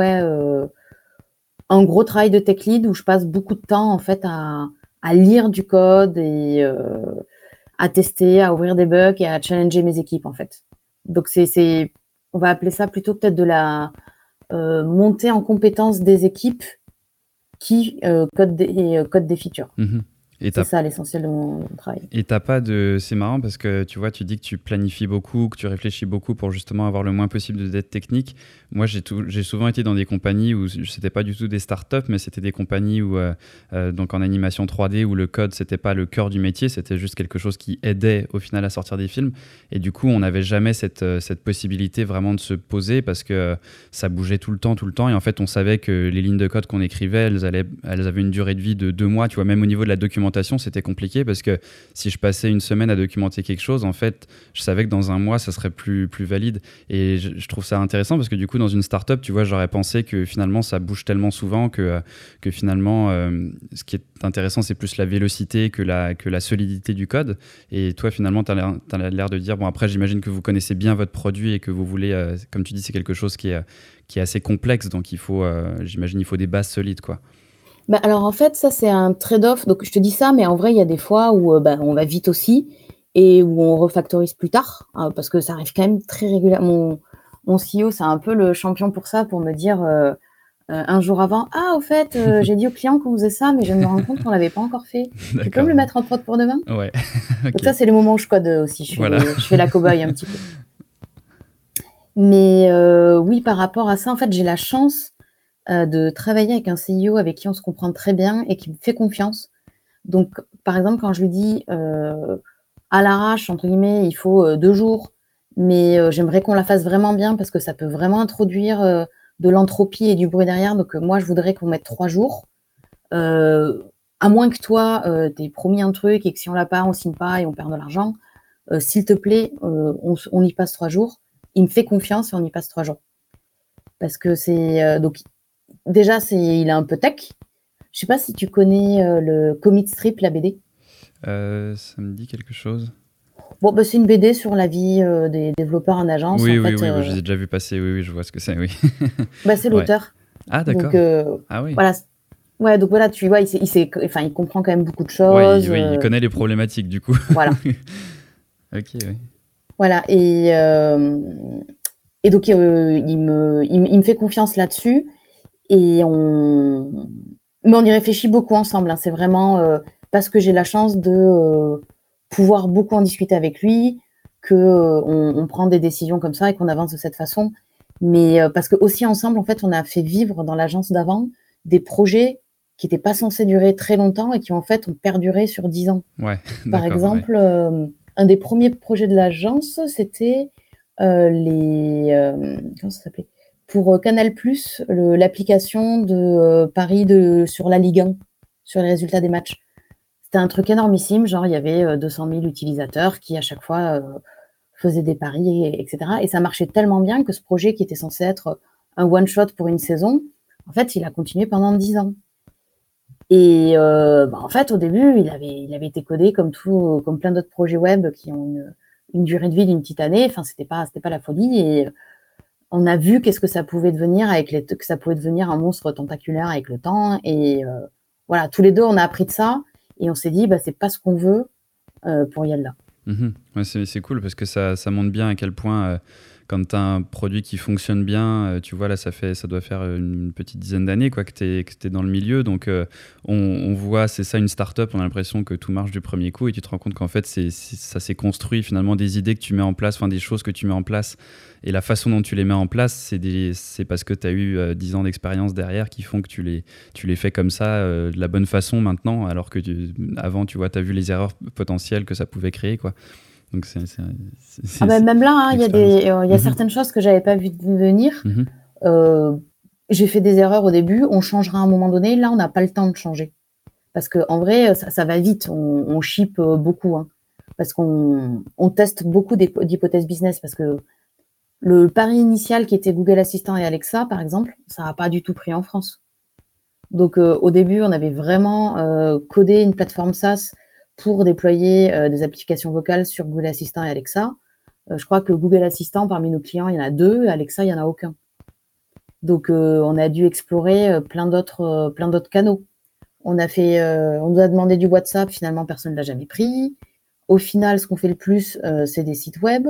un gros travail de tech lead où je passe beaucoup de temps en fait à lire du code et à tester, à ouvrir des bugs et à challenger mes équipes en fait. Donc, on va appeler ça plutôt peut-être de la montée en compétence des équipes qui codent des features. C'est ça l'essentiel de mon travail. Et t'as pas de... C'est marrant parce que tu vois, tu dis que tu planifies beaucoup, que tu réfléchis beaucoup pour justement avoir le moins possible de dette technique. Moi, j'ai souvent été dans des compagnies où c'était pas du tout des startups, mais c'était des compagnies où, donc en animation 3D, où le code, c'était pas le cœur du métier, c'était juste quelque chose qui aidait au final à sortir des films. Et du coup, on n'avait jamais cette possibilité vraiment de se poser parce que ça bougeait tout le temps. Et en fait, on savait que les lignes de code qu'on écrivait, elles avaient une durée de vie de 2 mois. Tu vois, même au niveau de la documentation, c'était compliqué parce que si je passais une semaine à documenter quelque chose, en fait, je savais que dans un mois, ça serait plus valide. Et je trouve ça intéressant parce que du coup, dans une startup, tu vois, j'aurais pensé que finalement, ça bouge tellement souvent que finalement, ce qui est intéressant, c'est plus la vélocité que la solidité du code. Et toi, finalement, tu as l'air de dire, bon, après, j'imagine que vous connaissez bien votre produit et que vous voulez, comme tu dis, c'est quelque chose qui est assez complexe. Donc, j'imagine, il faut des bases solides, quoi. Alors en fait, ça c'est un trade-off. Donc je te dis ça, mais en vrai, il y a des fois où on va vite aussi et où on refactorise plus tard, parce que ça arrive quand même très régulièrement. Mon CEO, c'est un peu le champion pour ça, pour me dire un jour avant, au fait, j'ai dit au client qu'on faisait ça, mais je me rends compte qu'on l'avait pas encore fait. Tu peux me le mettre en prod pour demain? Ouais. Okay. Donc ça, c'est les moments où je code aussi. Je fais la cobaye un petit peu. Mais oui, par rapport à ça, en fait, j'ai la chance de travailler avec un CIO avec qui on se comprend très bien et qui me fait confiance. Donc, par exemple, quand je lui dis à l'arrache, entre guillemets, il faut 2 jours, mais j'aimerais qu'on la fasse vraiment bien parce que ça peut vraiment introduire de l'entropie et du bruit derrière. Donc, moi, je voudrais qu'on mette 3 jours. À moins que toi, tu aies promis un truc et que si on l'a pas, on signe pas et on perd de l'argent. S'il te plaît, on y passe 3 jours. Il me fait confiance et on y passe 3 jours. Parce que c'est donc déjà, il est un peu tech. Je sais pas si tu connais le Comic Strip, la BD. Ça me dit quelque chose. Bon, bah, c'est une BD sur la vie des développeurs en agence. Oui, en oui, fait, oui, je les ai déjà vus passer. Oui, oui, je vois ce que c'est. Oui. bah, c'est Ouais. l'auteur. Ah, Donc, d'accord. Ah oui. voilà. Ouais, donc voilà, tu vois, il comprend quand même beaucoup de Ouais, choses. oui, il connaît les problématiques du coup. Voilà. Ok, oui. Voilà. Et donc, il me fait confiance là-dessus. Mais on y réfléchit beaucoup ensemble. Hein. C'est vraiment parce que j'ai la chance de pouvoir beaucoup en discuter avec lui, on prend des décisions comme ça et qu'on avance de cette façon. Mais parce que aussi ensemble, en fait, on a fait vivre dans l'agence d'avant des projets qui n'étaient pas censés durer très longtemps et qui en fait ont perduré sur 10 ans. Ouais, Par d'accord. exemple, un des premiers projets de l'agence, c'était comment ça s'appelait? Pour Canal+, l'application de Paris sur la Ligue 1, sur les résultats des matchs. C'était un truc énormissime, genre il y avait 200 000 utilisateurs qui à chaque fois faisaient des paris, etc. Et ça marchait tellement bien que ce projet qui était censé être un one-shot pour une saison, en fait, il a continué pendant 10 ans. Et en fait, au début, il avait été codé comme plein d'autres projets web qui ont une durée de vie d'une petite année. Enfin, c'était pas la folie. Et on a vu qu'est-ce que ça pouvait devenir que ça pouvait devenir un monstre tentaculaire avec le temps. Et voilà, tous les deux, on a appris de ça et on s'est dit, bah, c'est pas ce qu'on veut pour Yalda. Ouais, c'est cool parce que ça montre bien à quel point quand tu as un produit qui fonctionne bien, tu vois là ça doit faire une petite dizaine d'années quoi, que tu es dans le milieu, donc on voit, c'est ça une start-up, on a l'impression que tout marche du premier coup et tu te rends compte qu'en fait ça s'est construit finalement, des idées que tu mets en place, enfin des choses que tu mets en place et la façon dont tu les mets en place, c'est parce que tu as eu 10 ans d'expérience derrière qui font que tu les fais comme ça de la bonne façon maintenant, alors que avant tu vois, tu as vu les erreurs potentielles que ça pouvait créer quoi. Donc même là, hein, il y a certaines choses que j'avais pas vues venir. J'ai fait des erreurs au début, on changera à un moment donné. Là, on n'a pas le temps de changer. Parce qu'en vrai, ça va vite. On ship beaucoup. Hein, parce qu'on teste beaucoup d'hypothèses business. Parce que le pari initial qui était Google Assistant et Alexa, par exemple, ça n'a pas du tout pris en France. Donc, au début, on avait vraiment codé une plateforme SaaS pour déployer des applications vocales sur Google Assistant et Alexa. Je crois que Google Assistant, parmi nos clients, il y en a 2, et Alexa, il n'y en a aucun. Donc, on a dû explorer plein d'autres canaux. On nous a demandé du WhatsApp, finalement, personne ne l'a jamais pris. Au final, ce qu'on fait le plus, c'est des sites web.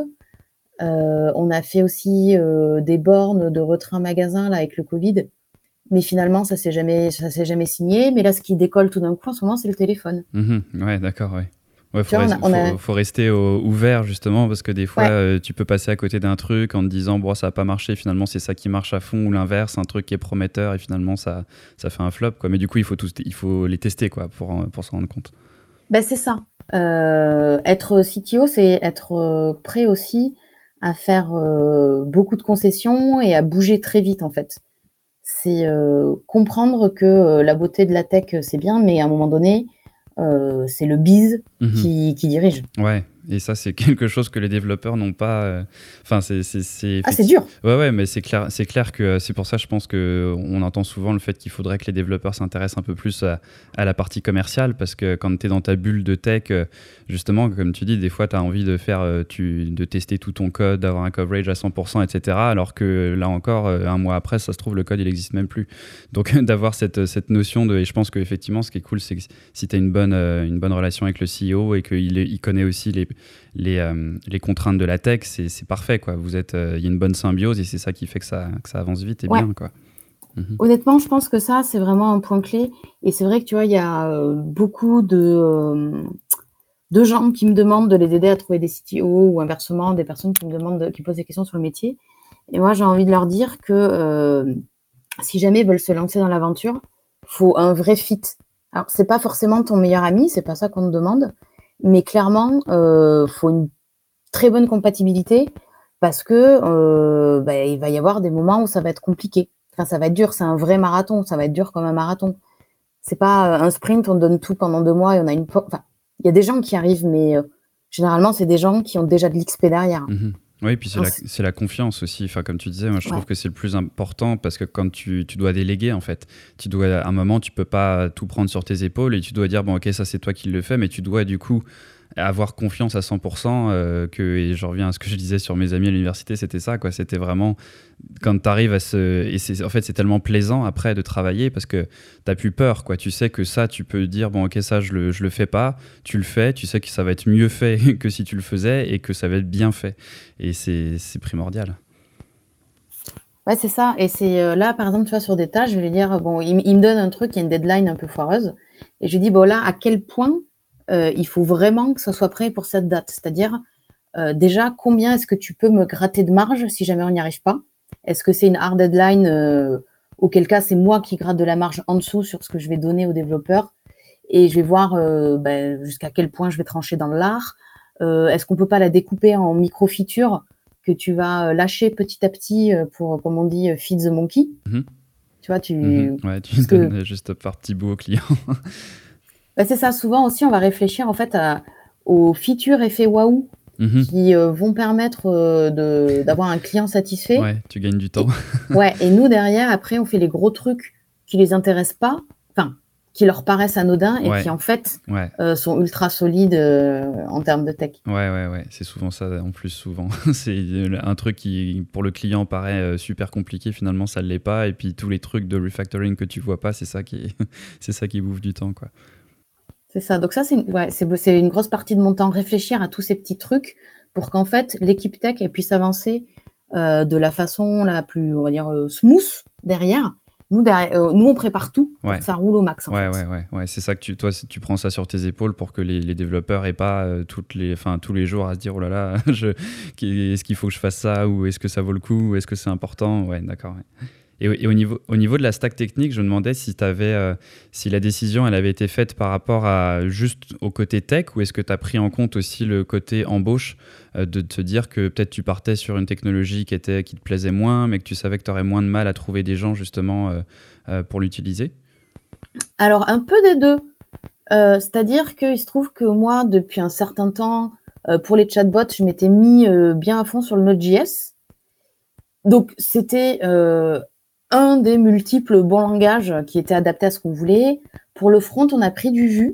On a fait aussi des bornes de retrait magasin là, avec le Covid. Mais finalement, ça s'est jamais signé. Mais là, ce qui décolle tout d'un coup en ce moment, c'est le téléphone. Ouais, d'accord, ouais. Ouais, faut rester ouvert justement parce que des fois tu peux passer à côté d'un truc en te disant bon ça va pas marcher, finalement c'est ça qui marche à fond, ou l'inverse, un truc qui est prometteur et finalement ça fait un flop quoi. Mais du coup il faut les tester quoi pour s'en rendre compte. Ben, c'est ça. Être CTO, c'est être prêt aussi à faire beaucoup de concessions et à bouger très vite en fait. C'est comprendre que la beauté de la tech c'est bien, mais à un moment donné c'est le biz qui dirige. Ouais, et ça c'est quelque chose que les développeurs n'ont pas. Enfin, c'est dur. Ouais, mais c'est clair que c'est pour ça, je pense que on entend souvent le fait qu'il faudrait que les développeurs s'intéressent un peu plus à la partie commerciale, parce que quand tu es dans ta bulle de tech, justement, comme tu dis, des fois tu as envie de tester tout ton code, d'avoir un coverage à 100%, etc. Alors que là encore, un mois après, ça se trouve, le code il n'existe même plus. Donc d'avoir cette notion et je pense qu'effectivement, ce qui est cool, c'est que si tu as une bonne relation avec le CEO et qu'il connaît aussi les contraintes de la tech, c'est parfait quoi. Il y a une bonne symbiose et c'est ça qui fait que ça avance vite et bien quoi. Honnêtement, je pense que ça c'est vraiment un point clé, et c'est vrai que tu vois, il y a beaucoup de gens qui me demandent de les aider à trouver des CTO, ou inversement des personnes qui me demandent qui posent des questions sur le métier, et moi j'ai envie de leur dire que si jamais ils veulent se lancer dans l'aventure, faut un vrai fit. Alors, c'est pas forcément ton meilleur ami, c'est pas ça qu'on te demande, mais clairement, faut une très bonne compatibilité parce que il va y avoir des moments où ça va être compliqué. Enfin, ça va être dur, c'est un vrai marathon, ça va être dur comme un marathon. C'est pas un sprint, on donne tout pendant 2 mois et on a enfin, il y a des gens qui arrivent, mais généralement, c'est des gens qui ont déjà de l'XP derrière. Mhm. Oui, puis Enfin, c'est la confiance aussi. Enfin, comme tu disais, moi, je trouve que c'est le plus important parce que quand tu dois déléguer, en fait, à un moment, tu peux pas tout prendre sur tes épaules et tu dois dire, bon, ok, ça c'est toi qui le fais, mais tu dois du coup avoir confiance à 100%. Et je reviens à ce que je disais sur mes amis à l'université, c'était ça, quoi. C'était vraiment quand tu arrives à se. Et en fait, c'est tellement plaisant après de travailler parce que t'as plus peur, quoi. Tu sais que ça, tu peux dire, bon, ok, ça, je le fais pas. Tu le fais, tu sais que ça va être mieux fait que si tu le faisais et que ça va être bien fait. Et c'est primordial. Ouais, c'est ça. Et c'est là, par exemple, tu vois, sur des tâches, je vais lui dire, bon, il me donne un truc, il y a une deadline un peu foireuse. Et je lui dis, bon, là, à quel point il faut vraiment que ça soit prêt pour cette date? C'est-à-dire, déjà, combien est-ce que tu peux me gratter de marge si jamais on n'y arrive pas? Est-ce que c'est une hard deadline, auquel cas c'est moi qui gratte de la marge en dessous sur ce que je vais donner aux développeurs? Et je vais voir jusqu'à quel point je vais trancher dans l'art. Est-ce qu'on peut pas la découper en micro-features que tu vas lâcher petit à petit pour, comme on dit, feed the monkey? Mhm. Tu vois, tu... Ouais, tu Parce que donnes juste par petits bouts au client. c'est ça, souvent aussi, on va réfléchir en fait aux features effets waouh Mhm. qui vont permettre d'avoir un client satisfait. Ouais, tu gagnes du temps. Et nous, derrière, après, on fait les gros trucs qui les intéressent pas, enfin, qui leur paraissent anodins et Ouais. qui, en fait, Ouais. sont ultra solides en termes de tech. Ouais. C'est souvent ça, en plus, souvent. C'est un truc qui, pour le client, paraît super compliqué. Finalement, ça ne l'est pas. Et puis, tous les trucs de refactoring que tu vois pas, c'est ça qui, c'est ça qui bouffe du temps, quoi. C'est ça. Donc ça, c'est une grosse partie de mon temps, réfléchir à tous ces petits trucs pour qu'en fait, l'équipe tech elle puisse avancer de la façon la plus, on va dire, smooth derrière. Nous, on prépare tout pour que ça roule au max. En fait. Ouais. C'est ça que toi, tu prends ça sur tes épaules pour que les développeurs aient pas tous les jours à se dire, oh là là, est-ce qu'il faut que je fasse ça ou est-ce que ça vaut le coup ou est-ce que c'est important? Ouais, d'accord. Ouais. Et au niveau de la stack technique, je me demandais si si la décision elle avait été faite par rapport à juste au côté tech ou est-ce que tu as pris en compte aussi le côté embauche de te dire que peut-être tu partais sur une technologie qui te plaisait moins mais que tu savais que tu aurais moins de mal à trouver des gens justement pour l'utiliser? Alors, un peu des deux. C'est-à-dire qu'il se trouve que moi, depuis un certain temps, pour les chatbots, je m'étais mis bien à fond sur le Node.js. Donc, c'était un des multiples bons langages qui était adapté à ce qu'on voulait. Pour le front, on a pris du Vue.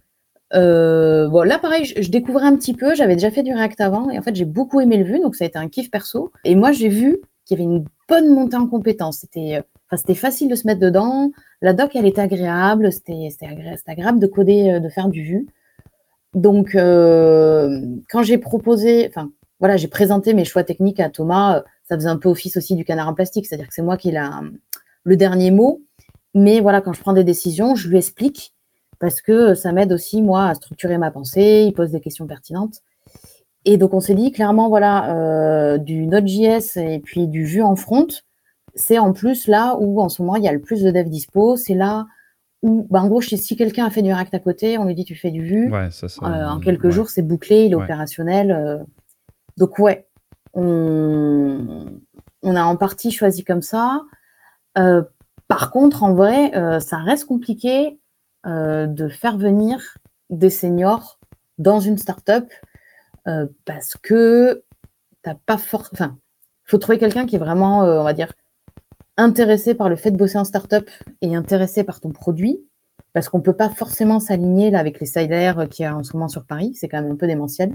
Là, pareil, je découvrais un petit peu. J'avais déjà fait du React avant. Et en fait, j'ai beaucoup aimé le Vue. Donc, ça a été un kiff perso. Et moi, j'ai vu qu'il y avait une bonne montée en compétences. C'était facile de se mettre dedans. La doc, elle était agréable. C'était agréable de coder, de faire du Vue. Donc, quand j'ai j'ai présenté mes choix techniques à Thomas. Ça faisait un peu office aussi du canard en plastique. C'est-à-dire que c'est moi qui ai le dernier mot. Mais voilà, quand je prends des décisions, je lui explique parce que ça m'aide aussi, moi, à structurer ma pensée. Il pose des questions pertinentes. Et donc, on s'est dit, clairement, voilà, du Node.js et puis du Vue en front, c'est en plus là où, en ce moment, il y a le plus de dev dispo. C'est là où, en gros, si quelqu'un a fait du React à côté, on lui dit, tu fais du Vue. Ouais, ça, en quelques jours, c'est bouclé, il est opérationnel. Donc, ouais, on a en partie choisi comme ça. Par contre, en vrai, ça reste compliqué de faire venir des seniors dans une startup parce que t'as pas il faut trouver quelqu'un qui est vraiment, on va dire, intéressé par le fait de bosser en startup et intéressé par ton produit, parce qu'on peut pas forcément s'aligner là avec les salaires qu'il y a en ce moment sur Paris, c'est quand même un peu démentiel.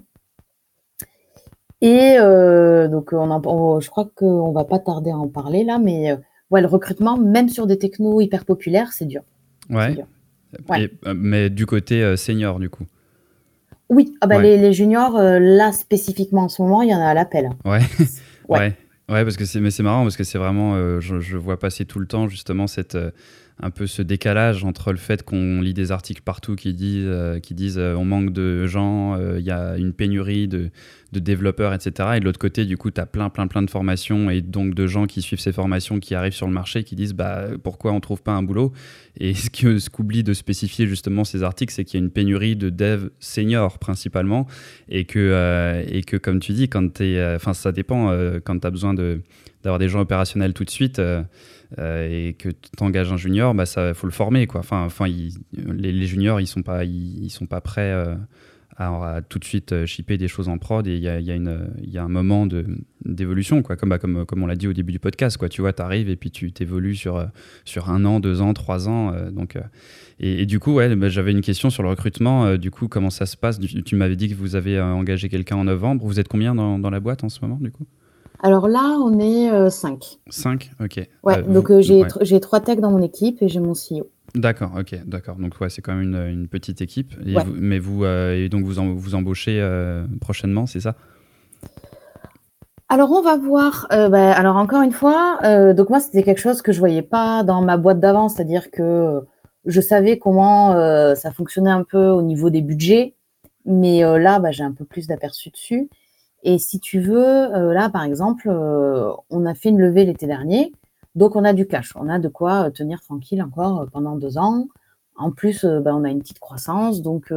Et donc, je crois qu'on va pas tarder à en parler là, mais le recrutement, même sur des technos hyper populaires, c'est dur. Ouais. C'est dur. Mais du côté senior, du coup. Oui, les juniors, là, spécifiquement en ce moment, il y en a à l'appel. Ouais, parce que c'est marrant parce que c'est vraiment, je vois passer tout le temps justement un peu ce décalage entre le fait qu'on lit des articles partout qui disent on manque de gens, il y a une pénurie de développeurs, etc. Et de l'autre côté, du coup, tu as plein de formations et donc de gens qui suivent ces formations, qui arrivent sur le marché, qui disent pourquoi on ne trouve pas un boulot. Et ce qu'oublie de spécifier justement ces articles, c'est qu'il y a une pénurie de devs seniors principalement et que comme tu dis, ça dépend, quand tu as besoin d'avoir des gens opérationnels tout de suite et que tu engages un junior, ça faut le former, quoi. Les juniors, ils sont pas prêts à tout de suite shipper des choses en prod, et il y a un moment d'évolution, quoi, comme on l'a dit au début du podcast, quoi. Tu vois, tu arrives et puis tu t'évolues sur 1 an, 2 ans, 3 ans. Et du coup, j'avais une question sur le recrutement. Du coup, comment ça se passe? Tu m'avais dit que vous avez engagé quelqu'un en novembre. Vous êtes combien dans la boîte en ce moment, du coup? Alors là, on est 5. 5, ok. Ouais, donc j'ai 3 techs dans mon équipe et j'ai mon CEO. D'accord, ok, d'accord. Donc c'est quand même une petite équipe. Et ouais. Et donc vous embauchez prochainement, c'est ça? Alors on va voir. Alors encore une fois, donc moi c'était quelque chose que je voyais pas dans ma boîte d'avant, c'est-à-dire que je savais comment ça fonctionnait un peu au niveau des budgets, mais là j'ai un peu plus d'aperçu dessus. Et si tu veux, là par exemple, on a fait une levée l'été dernier, donc on a du cash, on a de quoi tenir tranquille encore pendant 2 ans. En plus, on a une petite croissance, donc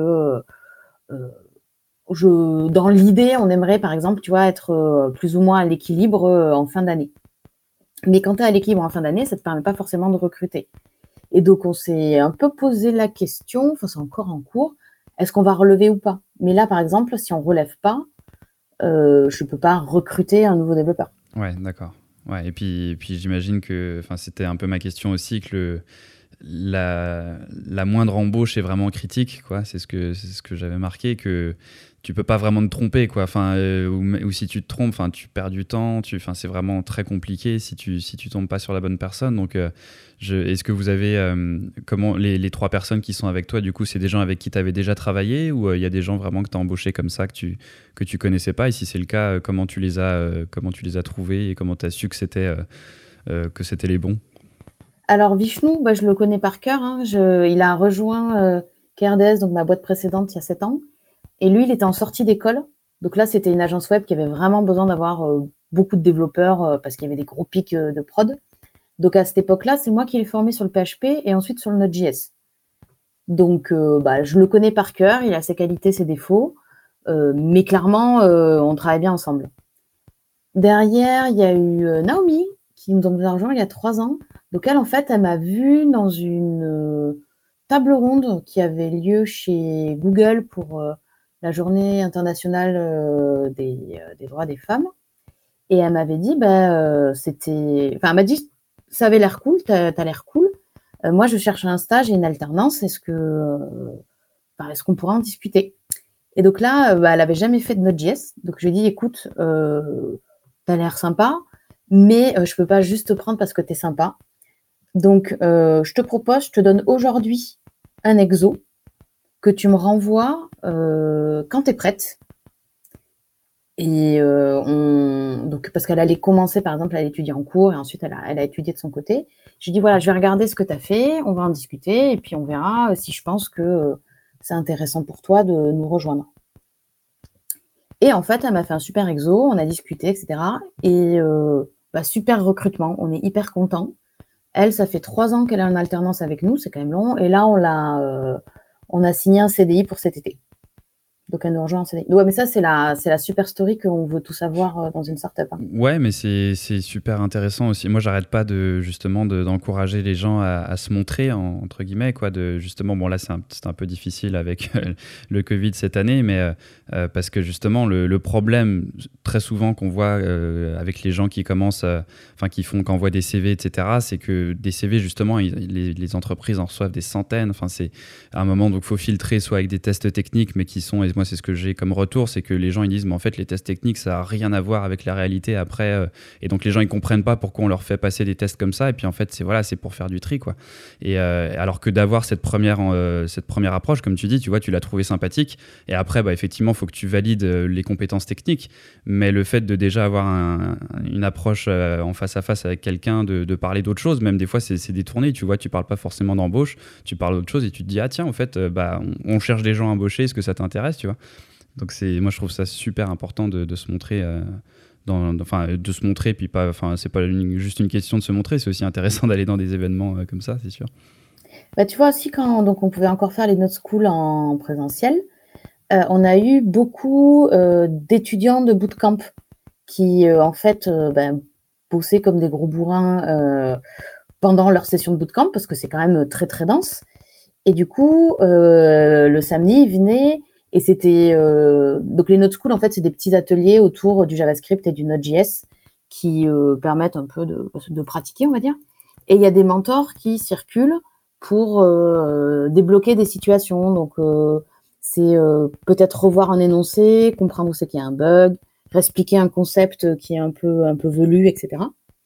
dans l'idée, on aimerait par exemple, tu vois, être plus ou moins à l'équilibre en fin d'année. Mais quand tu es à l'équilibre en fin d'année, ça te permet pas forcément de recruter. Et donc on s'est un peu posé la question, enfin c'est encore en cours, est-ce qu'on va relever ou pas? Mais là par exemple, si on relève pas, je peux pas recruter un nouveau développeur. Ouais, d'accord. Ouais, et puis j'imagine que, c'était un peu ma question aussi, que la moindre embauche est vraiment critique, quoi. C'est ce que j'avais marqué, que tu peux pas vraiment te tromper, quoi. Ou si tu te trompes, tu perds du temps. C'est vraiment très compliqué si tu tombes pas sur la bonne personne. Donc, est-ce que vous avez comment les 3 personnes qui sont avec toi, du coup, c'est des gens avec qui tu avais déjà travaillé, ou il y a des gens vraiment que tu as embauchés comme ça que tu connaissais pas? Et si c'est le cas, comment tu les as trouvés et comment tu as su que c'était les bons? Alors Vishnu, je le connais par cœur, hein. Il a rejoint KRDS, donc ma boîte précédente, il y a 7 ans. Et lui, il était en sortie d'école. Donc là, c'était une agence web qui avait vraiment besoin d'avoir beaucoup de développeurs parce qu'il y avait des gros pics de prod. Donc à cette époque-là, c'est moi qui l'ai formé sur le PHP et ensuite sur le Node.js. Donc je le connais par cœur, il a ses qualités, ses défauts, mais clairement, on travaille bien ensemble. Derrière, il y a eu Naomi qui nous a rejoint il y a 3 ans. Donc elle, en fait, elle m'a vue dans une table ronde qui avait lieu chez Google pour la journée internationale des droits des femmes. Et elle m'avait dit, elle m'a dit, ça avait l'air cool, t'as l'air cool. Moi, je cherche un stage et une alternance. Est-ce qu'on pourra en discuter? Et donc là, elle avait jamais fait de Node.js. Donc je lui ai dit, écoute, t'as l'air sympa, mais je peux pas juste te prendre parce que t'es sympa. Donc, je te propose, je te donne aujourd'hui un exo que tu me renvoies quand tu es prête. Et donc, parce qu'elle allait commencer, par exemple, à étudier en cours et ensuite elle a étudié de son côté. Je lui dis, voilà, je vais regarder ce que tu as fait, on va en discuter et puis on verra si je pense que c'est intéressant pour toi de nous rejoindre. Et en fait, elle m'a fait un super exo, on a discuté, etc. Et super recrutement, on est hyper contents. Elle, ça fait 3 ans qu'elle est en alternance avec nous, c'est quand même long. Et là, on a signé un CDI pour cet été. Donc, elle nous rejoint en CDI. Ouais, mais ça, c'est la super story qu'on veut tous avoir dans une startup. Hein. Ouais, mais c'est super intéressant aussi. Moi, j'arrête pas d'encourager les gens à se montrer, entre guillemets, quoi. Justement, bon, là, c'est un peu difficile avec le Covid cette année, mais parce que justement, le problème très souvent qu'on voit avec les gens qui commencent, qui envoient des CV, etc., c'est que des CV, justement, les entreprises en reçoivent des centaines. C'est à un moment, donc, faut filtrer soit avec des tests techniques, mais qui sont, et moi c'est ce que j'ai comme retour, c'est que les gens ils disent mais en fait les tests techniques ça a rien à voir avec la réalité après, et donc les gens ils comprennent pas pourquoi on leur fait passer des tests comme ça, et puis en fait c'est pour faire du tri quoi. Et alors que d'avoir cette première approche, comme tu dis, tu vois, tu l'as trouvé sympathique, et après effectivement faut que tu valides les compétences techniques, mais le fait de déjà avoir une approche en face à face avec quelqu'un, de parler d'autre chose, même des fois c'est détourné, tu vois, tu parles pas forcément d'embauche, tu parles d'autre chose et tu te dis ah tiens en fait on cherche des gens à embaucher, est-ce que ça t'intéresse, tu vois. Donc moi je trouve ça super important de se montrer de se montrer, puis pas, c'est pas juste une question de se montrer, c'est aussi intéressant d'aller dans des événements comme ça, c'est sûr. Bah, tu vois aussi quand donc on pouvait encore faire les Not School en présentiel, on a eu beaucoup d'étudiants de bootcamp qui en fait bossaient comme des gros bourrins pendant leur session de bootcamp, parce que c'est quand même très très dense. Et du coup, le samedi, ils venaient et c'était donc les Not School en fait c'est des petits ateliers autour du JavaScript et du Node.js qui permettent un peu de pratiquer, on va dire. Et il y a des mentors qui circulent pour débloquer des situations. Donc c'est peut-être revoir un énoncé, comprendre où c'est qu'il y a un bug, réexpliquer un concept qui est un peu velu, etc.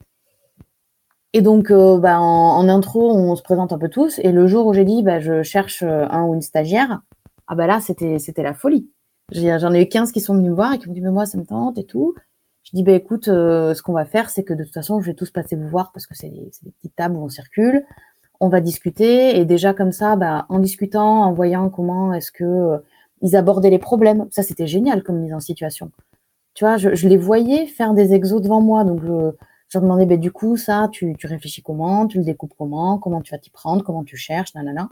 Et donc, en intro, on se présente un peu tous. Et le jour où j'ai dit, je cherche un ou une stagiaire, là, c'était la folie. J'en ai eu 15 qui sont venus me voir et qui m'ont dit, mais moi, ça me tente et tout. Je dis, écoute, ce qu'on va faire, c'est que de toute façon, je vais tous passer vous voir parce que c'est des petites tables où on circule. On va discuter. Et déjà, comme ça, en discutant, en voyant comment est-ce que ils abordaient les problèmes. Ça, c'était génial comme mise en situation. Tu vois, je les voyais faire des exos devant moi. Donc, je leur demandais, du coup, ça, tu réfléchis comment, tu le découpes comment tu vas t'y prendre, comment tu cherches, nanana.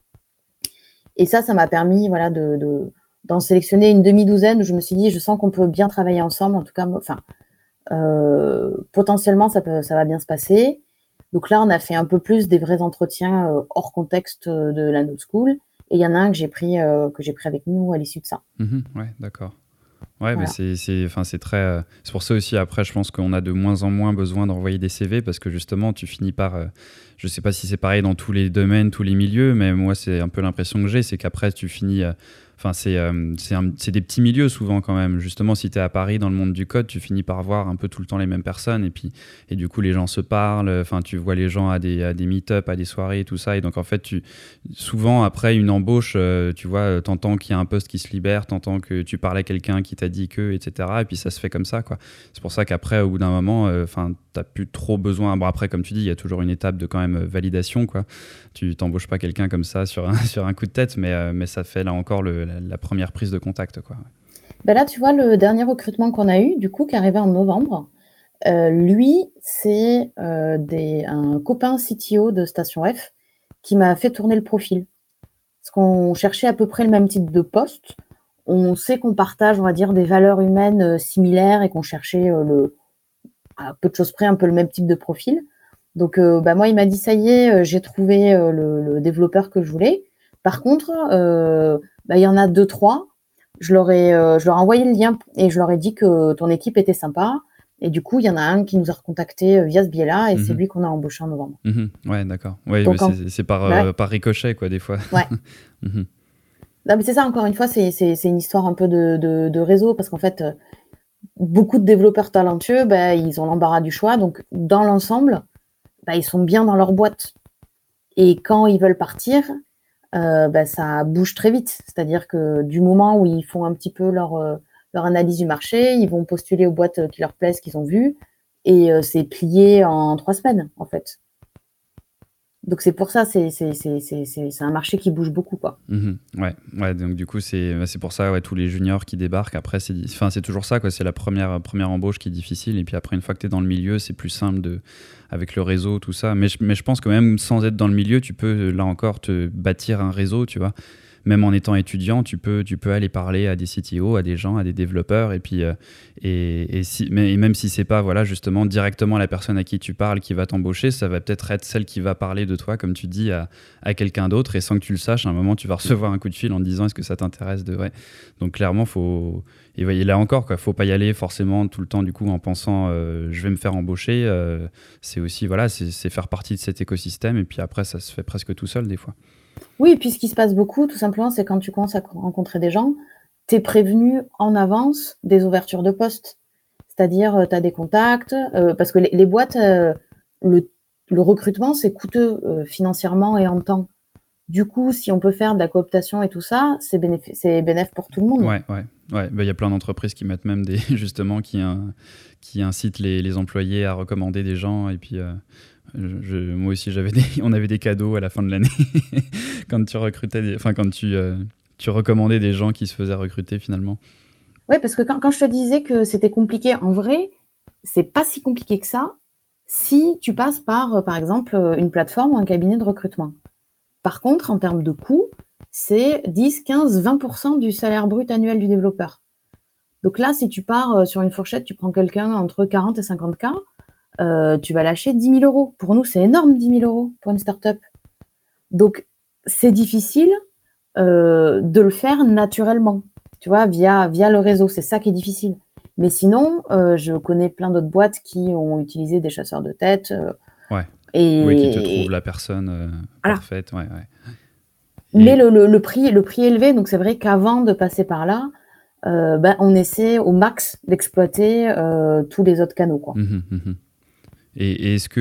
Et ça m'a permis, voilà, d'en sélectionner une demi-douzaine où je me suis dit, je sens qu'on peut bien travailler ensemble. En tout cas, potentiellement, ça va bien se passer. Donc là, on a fait un peu plus des vrais entretiens hors contexte de la Not School. Et il y en a un que j'ai pris avec nous à l'issue de ça. Ouais, d'accord. Ouais, Voilà. mais c'est très. C'est pour ça aussi, après, je pense qu'on a de moins en moins besoin d'envoyer des CV parce que justement, tu finis par. Je sais pas si c'est pareil dans tous les domaines, tous les milieux, mais moi, c'est un peu l'impression que j'ai, c'est qu'après, tu finis. C'est des petits milieux souvent quand même. Justement, si tu es à Paris dans le monde du code, tu finis par voir un peu tout le temps les mêmes personnes et du coup, les gens se parlent. Enfin, tu vois les gens à des meet-up, à des soirées, tout ça. Et donc, en fait, souvent, après une embauche, tu vois, t'entends qu'il y a un poste qui se libère, t'entends que tu parles à quelqu'un qui t'a dit que, etc. Et puis, ça se fait comme ça, quoi. C'est pour ça qu'après, au bout d'un moment, t'as plus trop besoin. Bon, après, comme tu dis, il y a toujours une étape de quand même validation, quoi. Tu t'embauches pas quelqu'un comme ça sur un coup de tête, mais ça fait là encore la première prise de contact, quoi. Là, tu vois, le dernier recrutement qu'on a eu, du coup, qui est arrivé en novembre, lui, c'est un copain CTO de Station F qui m'a fait tourner le profil. Parce qu'on cherchait à peu près le même type de poste. On sait qu'on partage, on va dire, des valeurs humaines similaires et qu'on cherchait à peu de choses près un peu le même type de profil. Donc, moi, il m'a dit, ça y est, j'ai trouvé le développeur que je voulais. Par contre, il y en a 2-3. Je leur ai envoyé le lien et je leur ai dit que ton équipe était sympa. Et du coup, il y en a un qui nous a recontacté via ce biais-là et c'est lui qu'on a embauché en novembre. Ouais, d'accord. Ouais, Donc, c'est par ricochet, quoi, des fois. Ouais. Non, mais c'est ça, encore une fois, c'est une histoire un peu de réseau parce qu'en fait, beaucoup de développeurs talentueux, ils ont l'embarras du choix. Donc, dans l'ensemble, ils sont bien dans leur boîte. Et quand ils veulent partir, ça bouge très vite. C'est-à-dire que du moment où ils font un petit peu leur analyse du marché, ils vont postuler aux boîtes qui leur plaisent, qu'ils ont vues, et c'est plié en 3 semaines, en fait. Donc c'est pour ça, c'est un marché qui bouge beaucoup, quoi. Ouais, donc du coup c'est pour ça, ouais, tous les juniors qui débarquent après, c'est toujours ça, quoi. C'est la première embauche qui est difficile, et puis après, une fois que tu es dans le milieu, c'est plus simple avec le réseau, tout ça. Mais je pense que même sans être dans le milieu, tu peux là encore te bâtir un réseau, tu vois. Même en étant étudiant, tu peux aller parler à des CTO, à des gens, à des développeurs, et puis mais même si c'est pas, voilà, justement directement la personne à qui tu parles qui va t'embaucher, ça va peut-être être celle qui va parler de toi, comme tu dis, à quelqu'un d'autre, et sans que tu le saches, à un moment tu vas recevoir un coup de fil en te disant est-ce que ça t'intéresse de vrai. Donc clairement, et là encore, quoi, faut pas y aller forcément tout le temps du coup en pensant je vais me faire embaucher. C'est aussi, voilà, c'est faire partie de cet écosystème, et puis après ça se fait presque tout seul des fois. Oui, et puis ce qui se passe beaucoup, tout simplement, c'est quand tu commences à rencontrer des gens, tu es prévenu en avance des ouvertures de postes. C'est-à-dire, tu as des contacts, parce que les boîtes, le recrutement, c'est coûteux, financièrement et en temps. Du coup, si on peut faire de la cooptation et tout ça, c'est bénéf pour tout le monde. Ouais. Bah, y a plein d'entreprises qui mettent même justement, qui incitent les employés à recommander des gens. Et puis, moi aussi, on avait des cadeaux à la fin de l'année quand tu recrutais, quand tu recommandais des gens qui se faisaient recruter finalement. Ouais, parce que quand je te disais que c'était compliqué, en vrai, c'est pas si compliqué que ça si tu passes par exemple, une plateforme ou un cabinet de recrutement. Par contre, en termes de coûts, c'est 10, 15, 20% du salaire brut annuel du développeur. Donc là, si tu pars sur une fourchette, tu prends quelqu'un entre 40 et 50 K, tu vas lâcher 10 000 euros. Pour nous, c'est énorme, 10 000 euros pour une start-up. Donc, c'est difficile de le faire naturellement, tu vois, via le réseau. C'est ça qui est difficile. Mais sinon, je connais plein d'autres boîtes qui ont utilisé des chasseurs de tête. Ouais. Et Oui, qui te trouvent la personne parfaite. Ouais. Mais le prix est élevé, donc c'est vrai qu'avant de passer par là, on essaie au max d'exploiter tous les autres canaux, quoi. Et est-ce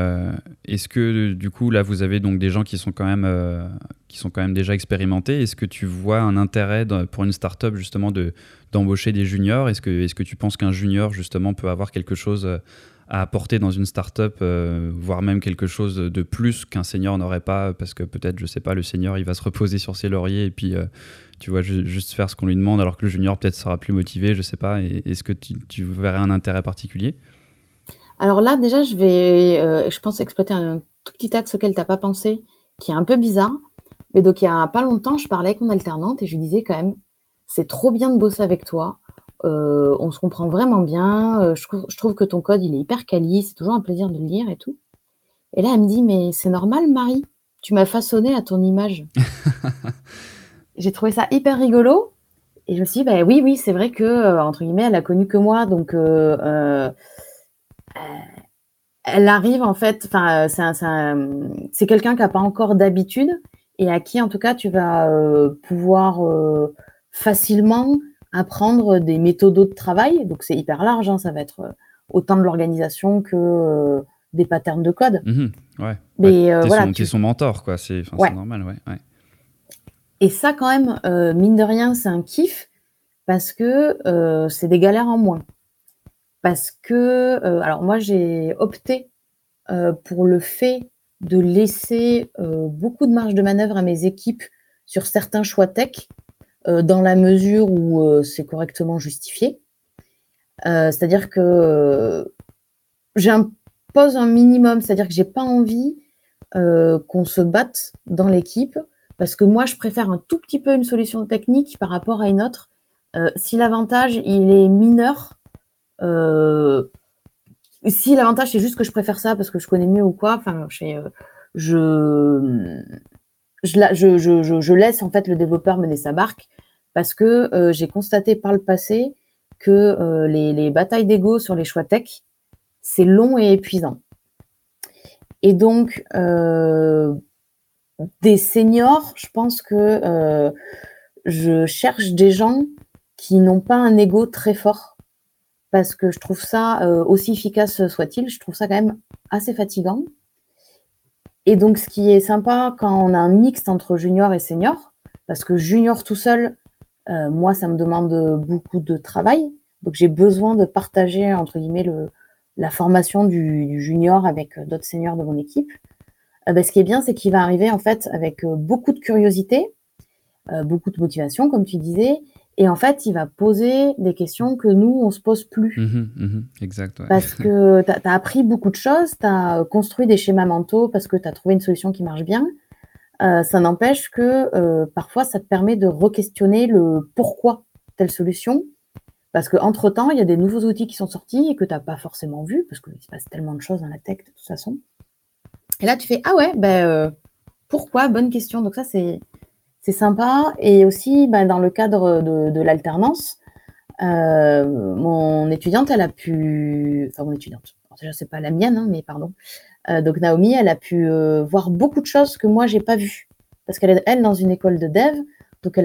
que du coup là vous avez donc des gens qui sont quand même déjà expérimentés? Est-ce que tu vois un intérêt pour une start-up justement d'embaucher des juniors? Est-ce que tu penses qu'un junior justement peut avoir quelque chose à apporter dans une start-up, voire même quelque chose de plus qu'un senior n'aurait pas, parce que peut-être, je sais pas, le senior il va se reposer sur ses lauriers et puis tu vois juste faire ce qu'on lui demande, alors que le junior peut-être sera plus motivé, je sais pas. Est-ce que tu verrais un intérêt particulier? Alors là, déjà, je pense exploiter un tout petit axe auquel tu n'as pas pensé, qui est un peu bizarre. Mais donc, il y a pas longtemps, je parlais avec mon alternante et je lui disais quand même, c'est trop bien de bosser avec toi. On se comprend vraiment bien. Je trouve que ton code, il est hyper quali. C'est toujours un plaisir de le lire et tout. Et là, elle me dit, mais c'est normal, Marie. Tu m'as façonné à ton image. J'ai trouvé ça hyper rigolo. Et je me suis dit, oui, c'est vrai que, entre guillemets, elle a connu que moi. Donc, elle arrive en fait, enfin, c'est quelqu'un qui n'a pas encore d'habitude et à qui, en tout cas, tu vas pouvoir facilement apprendre des méthodos de travail. Donc, c'est hyper large, hein, ça va être autant de l'organisation que des patterns de code. Ouais. Mais voilà, t'es son mentor, quoi. C'est normal, ouais. Et ça, quand même, mine de rien, c'est un kiff parce que c'est des galères en moins. Parce que, alors moi, j'ai opté pour le fait de laisser beaucoup de marge de manœuvre à mes équipes sur certains choix tech, dans la mesure où c'est correctement justifié. C'est-à-dire que j'impose un minimum, c'est-à-dire que j'ai pas envie qu'on se batte dans l'équipe, parce que moi, je préfère un tout petit peu une solution technique par rapport à une autre. Si l'avantage, il est mineur, si l'avantage, c'est juste que je préfère ça parce que je connais mieux ou quoi, enfin, je laisse en fait le développeur mener sa barque parce que j'ai constaté par le passé que les batailles d'ego sur les choix tech, c'est long et épuisant. Et donc, des seniors, je pense que je cherche des gens qui n'ont pas un ego très fort parce que je trouve ça, aussi efficace soit-il, je trouve ça quand même assez fatigant. Et donc, ce qui est sympa quand on a un mixte entre junior et senior, parce que junior tout seul, moi, ça me demande beaucoup de travail. Donc, j'ai besoin de partager, entre guillemets, la formation du junior avec d'autres seniors de mon équipe. Ce qui est bien, c'est qu'il va arriver en fait avec beaucoup de curiosité, beaucoup de motivation, comme tu disais, et en fait, il va poser des questions que nous, on se pose plus. Exact. Ouais. Parce que tu as appris beaucoup de choses, tu as construit des schémas mentaux parce que tu as trouvé une solution qui marche bien. Ça n'empêche que parfois, ça te permet de re-questionner le pourquoi telle solution. Parce qu'entre-temps, il y a des nouveaux outils qui sont sortis et que tu n'as pas forcément vu, parce qu'il se passe tellement de choses dans la tech de toute façon. Et là, tu fais, ah ouais, pourquoi? Bonne question. Donc ça, c'est sympa. Et aussi, dans le cadre de l'alternance, mon étudiante, elle a pu... Enfin, mon étudiante. Alors, déjà, c'est pas la mienne, hein, mais pardon. Donc Naomi, elle a pu voir beaucoup de choses que moi, j'ai pas vues. Parce qu'elle est, elle, dans une école de dev, donc elle a vu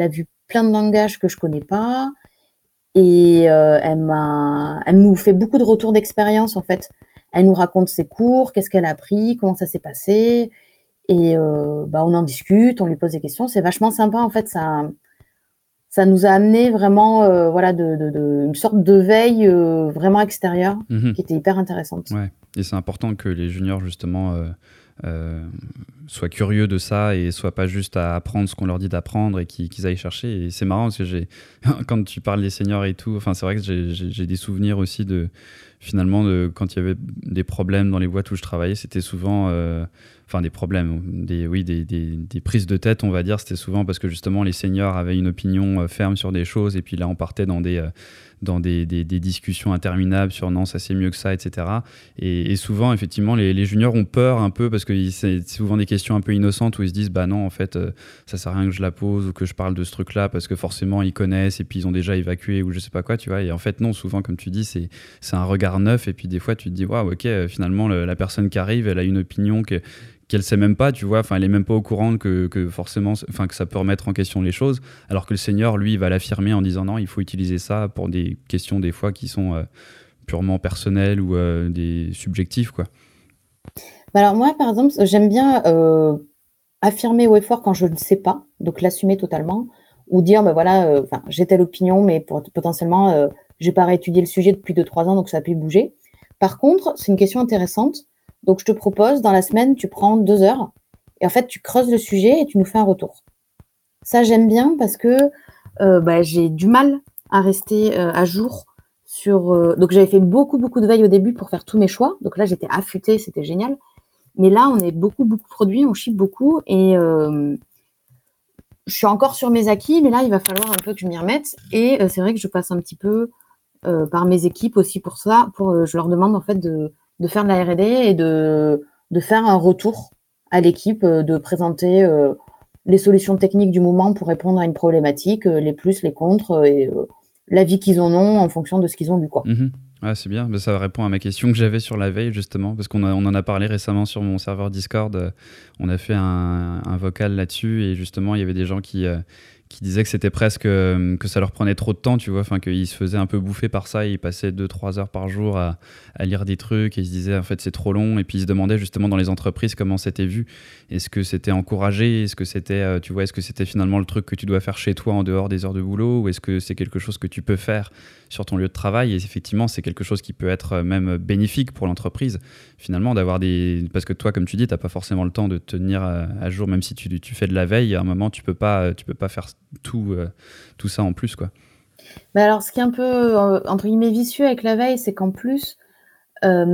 plein de langages que je connais pas. Et elle nous fait beaucoup de retours d'expérience en fait. Elle nous raconte ses cours, qu'est-ce qu'elle a appris, comment ça s'est passé. Et on en discute, on lui pose des questions. C'est vachement sympa en fait. Ça nous a amené vraiment une sorte de veille vraiment extérieure qui était hyper intéressante. Ouais. Et c'est important que les juniors justement soient curieux de ça et soient pas juste à apprendre ce qu'on leur dit d'apprendre et qu'ils aillent chercher. Et c'est marrant parce que quand tu parles des seniors et tout, enfin c'est vrai que j'ai des souvenirs aussi finalement quand il y avait des problèmes dans les boîtes où je travaillais, c'était souvent des problèmes, des prises de tête, on va dire, c'était souvent parce que justement les seniors avaient une opinion ferme sur des choses et puis là on partait dans des discussions interminables sur non, ça c'est mieux que ça, etc. Et souvent, effectivement, les juniors ont peur un peu parce que c'est souvent des questions un peu innocentes où ils se disent bah non, en fait, ça sert à rien que je la pose ou que je parle de ce truc-là parce que forcément ils connaissent et puis ils ont déjà évacué ou je sais pas quoi, tu vois. Et en fait, non, souvent, comme tu dis, c'est un regard neuf et puis des fois, tu te dis waouh, ok, finalement, la personne qui arrive, elle a une opinion qu'elle sait même pas, tu vois, enfin elle est même pas au courant que forcément, enfin que ça peut remettre en question les choses, alors que le senior, lui, il va l'affirmer en disant non, il faut utiliser ça pour des questions des fois qui sont purement personnelles ou des subjectifs, quoi. Alors moi, par exemple, j'aime bien affirmer haut et fort quand je ne sais pas, donc l'assumer totalement, ou dire j'ai telle opinion, mais potentiellement j'ai pas réétudié le sujet depuis 2-3 ans, donc ça a pu bouger. Par contre, c'est une question intéressante. Donc, je te propose, dans la semaine, tu prends 2 heures et en fait, tu creuses le sujet et tu nous fais un retour. Ça, j'aime bien parce que j'ai du mal à rester à jour sur... Donc, j'avais fait beaucoup de veille au début pour faire tous mes choix. Donc là, j'étais affûtée, c'était génial. Mais là, on est beaucoup produit, on ship beaucoup et je suis encore sur mes acquis, mais là, il va falloir un peu que je m'y remette. Et c'est vrai que je passe un petit peu par mes équipes aussi pour ça. Je leur demande en fait de faire de la R&D et de faire un retour à l'équipe, de présenter les solutions techniques du moment pour répondre à une problématique, les plus, les contre, et l'avis qu'ils en ont en fonction de ce qu'ils ont lu, quoi. Ah, c'est bien, ça répond à ma question que j'avais sur la veille justement, parce on en a parlé récemment sur mon serveur Discord, on a fait un vocal là-dessus et justement il y avait des gens qui disaient que c'était presque que ça leur prenait trop de temps, tu vois, enfin qu'ils se faisaient un peu bouffer par ça, ils passaient 2-3 heures par jour à lire des trucs et ils se disaient en fait c'est trop long, et puis ils se demandaient justement dans les entreprises comment c'était vu, est-ce que c'était encouragé, est-ce que c'était tu vois, est-ce que c'était finalement le truc que tu dois faire chez toi en dehors des heures de boulot, ou est-ce que c'est quelque chose que tu peux faire sur ton lieu de travail. Et effectivement, c'est quelque chose qui peut être même bénéfique pour l'entreprise, finalement, d'avoir parce que toi, comme tu dis, tu n'as pas forcément le temps de te tenir à jour, même si tu fais de la veille, à un moment, tu peux pas faire tout ça en plus, quoi. Mais alors, ce qui est un peu, entre guillemets, vicieux avec la veille, c'est qu'en plus, elle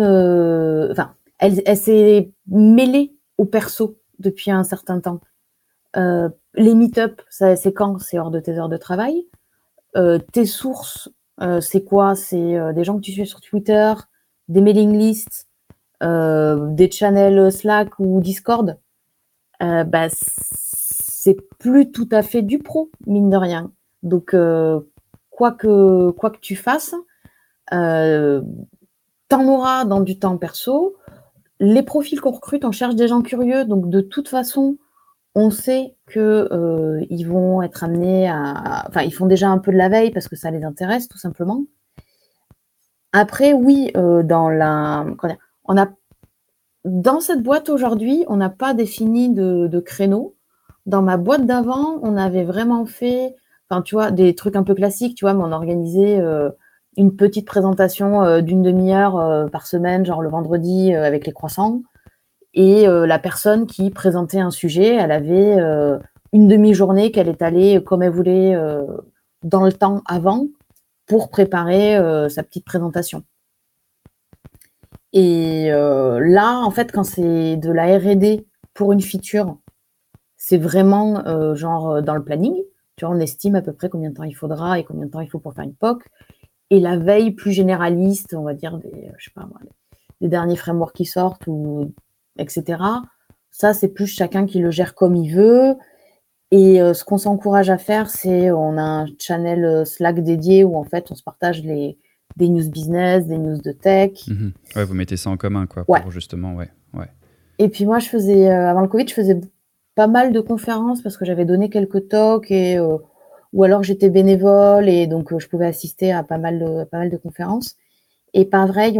s'est mêlée au perso depuis un certain temps. Les meet-up, c'est quand? C'est hors de tes heures de travail. Tes sources, c'est quoi? C'est des gens que tu suis sur Twitter, des mailing lists, des channels Slack ou Discord. C'est plus tout à fait du pro, mine de rien. Donc, quoi que tu fasses, t'en auras dans du temps perso. Les profils qu'on recrute, on cherche des gens curieux, donc de toute façon, on sait que ils vont être amenés ils font déjà un peu de la veille parce que ça les intéresse, tout simplement. Après, oui, dans cette boîte aujourd'hui, on n'a pas défini de créneau. Dans ma boîte d'avant, on avait vraiment fait, tu vois, des trucs un peu classiques, tu vois, mais on organisait une petite présentation d'1 demi-heure par semaine, genre le vendredi avec les croissants. Et la personne qui présentait un sujet, elle avait une demi-journée qu'elle étalait comme elle voulait dans le temps avant pour préparer sa petite présentation. Et là, en fait, quand c'est de la R&D pour une feature, c'est vraiment dans le planning. Tu vois, on estime à peu près combien de temps il faudra et combien de temps il faut pour faire une POC. Et la veille plus généraliste, on va dire des derniers frameworks qui sortent ou etc. Ça, c'est plus chacun qui le gère comme il veut. Et ce qu'on s'encourage à faire, c'est on a un channel Slack dédié où en fait on se partage des news business, des news de tech. Ouais, vous mettez ça en commun, quoi, ouais. Pour justement, ouais. Et puis moi, avant le Covid, je faisais pas mal de conférences parce que j'avais donné quelques talks et ou alors j'étais bénévole et donc je pouvais assister à pas mal de conférences. Et pareil,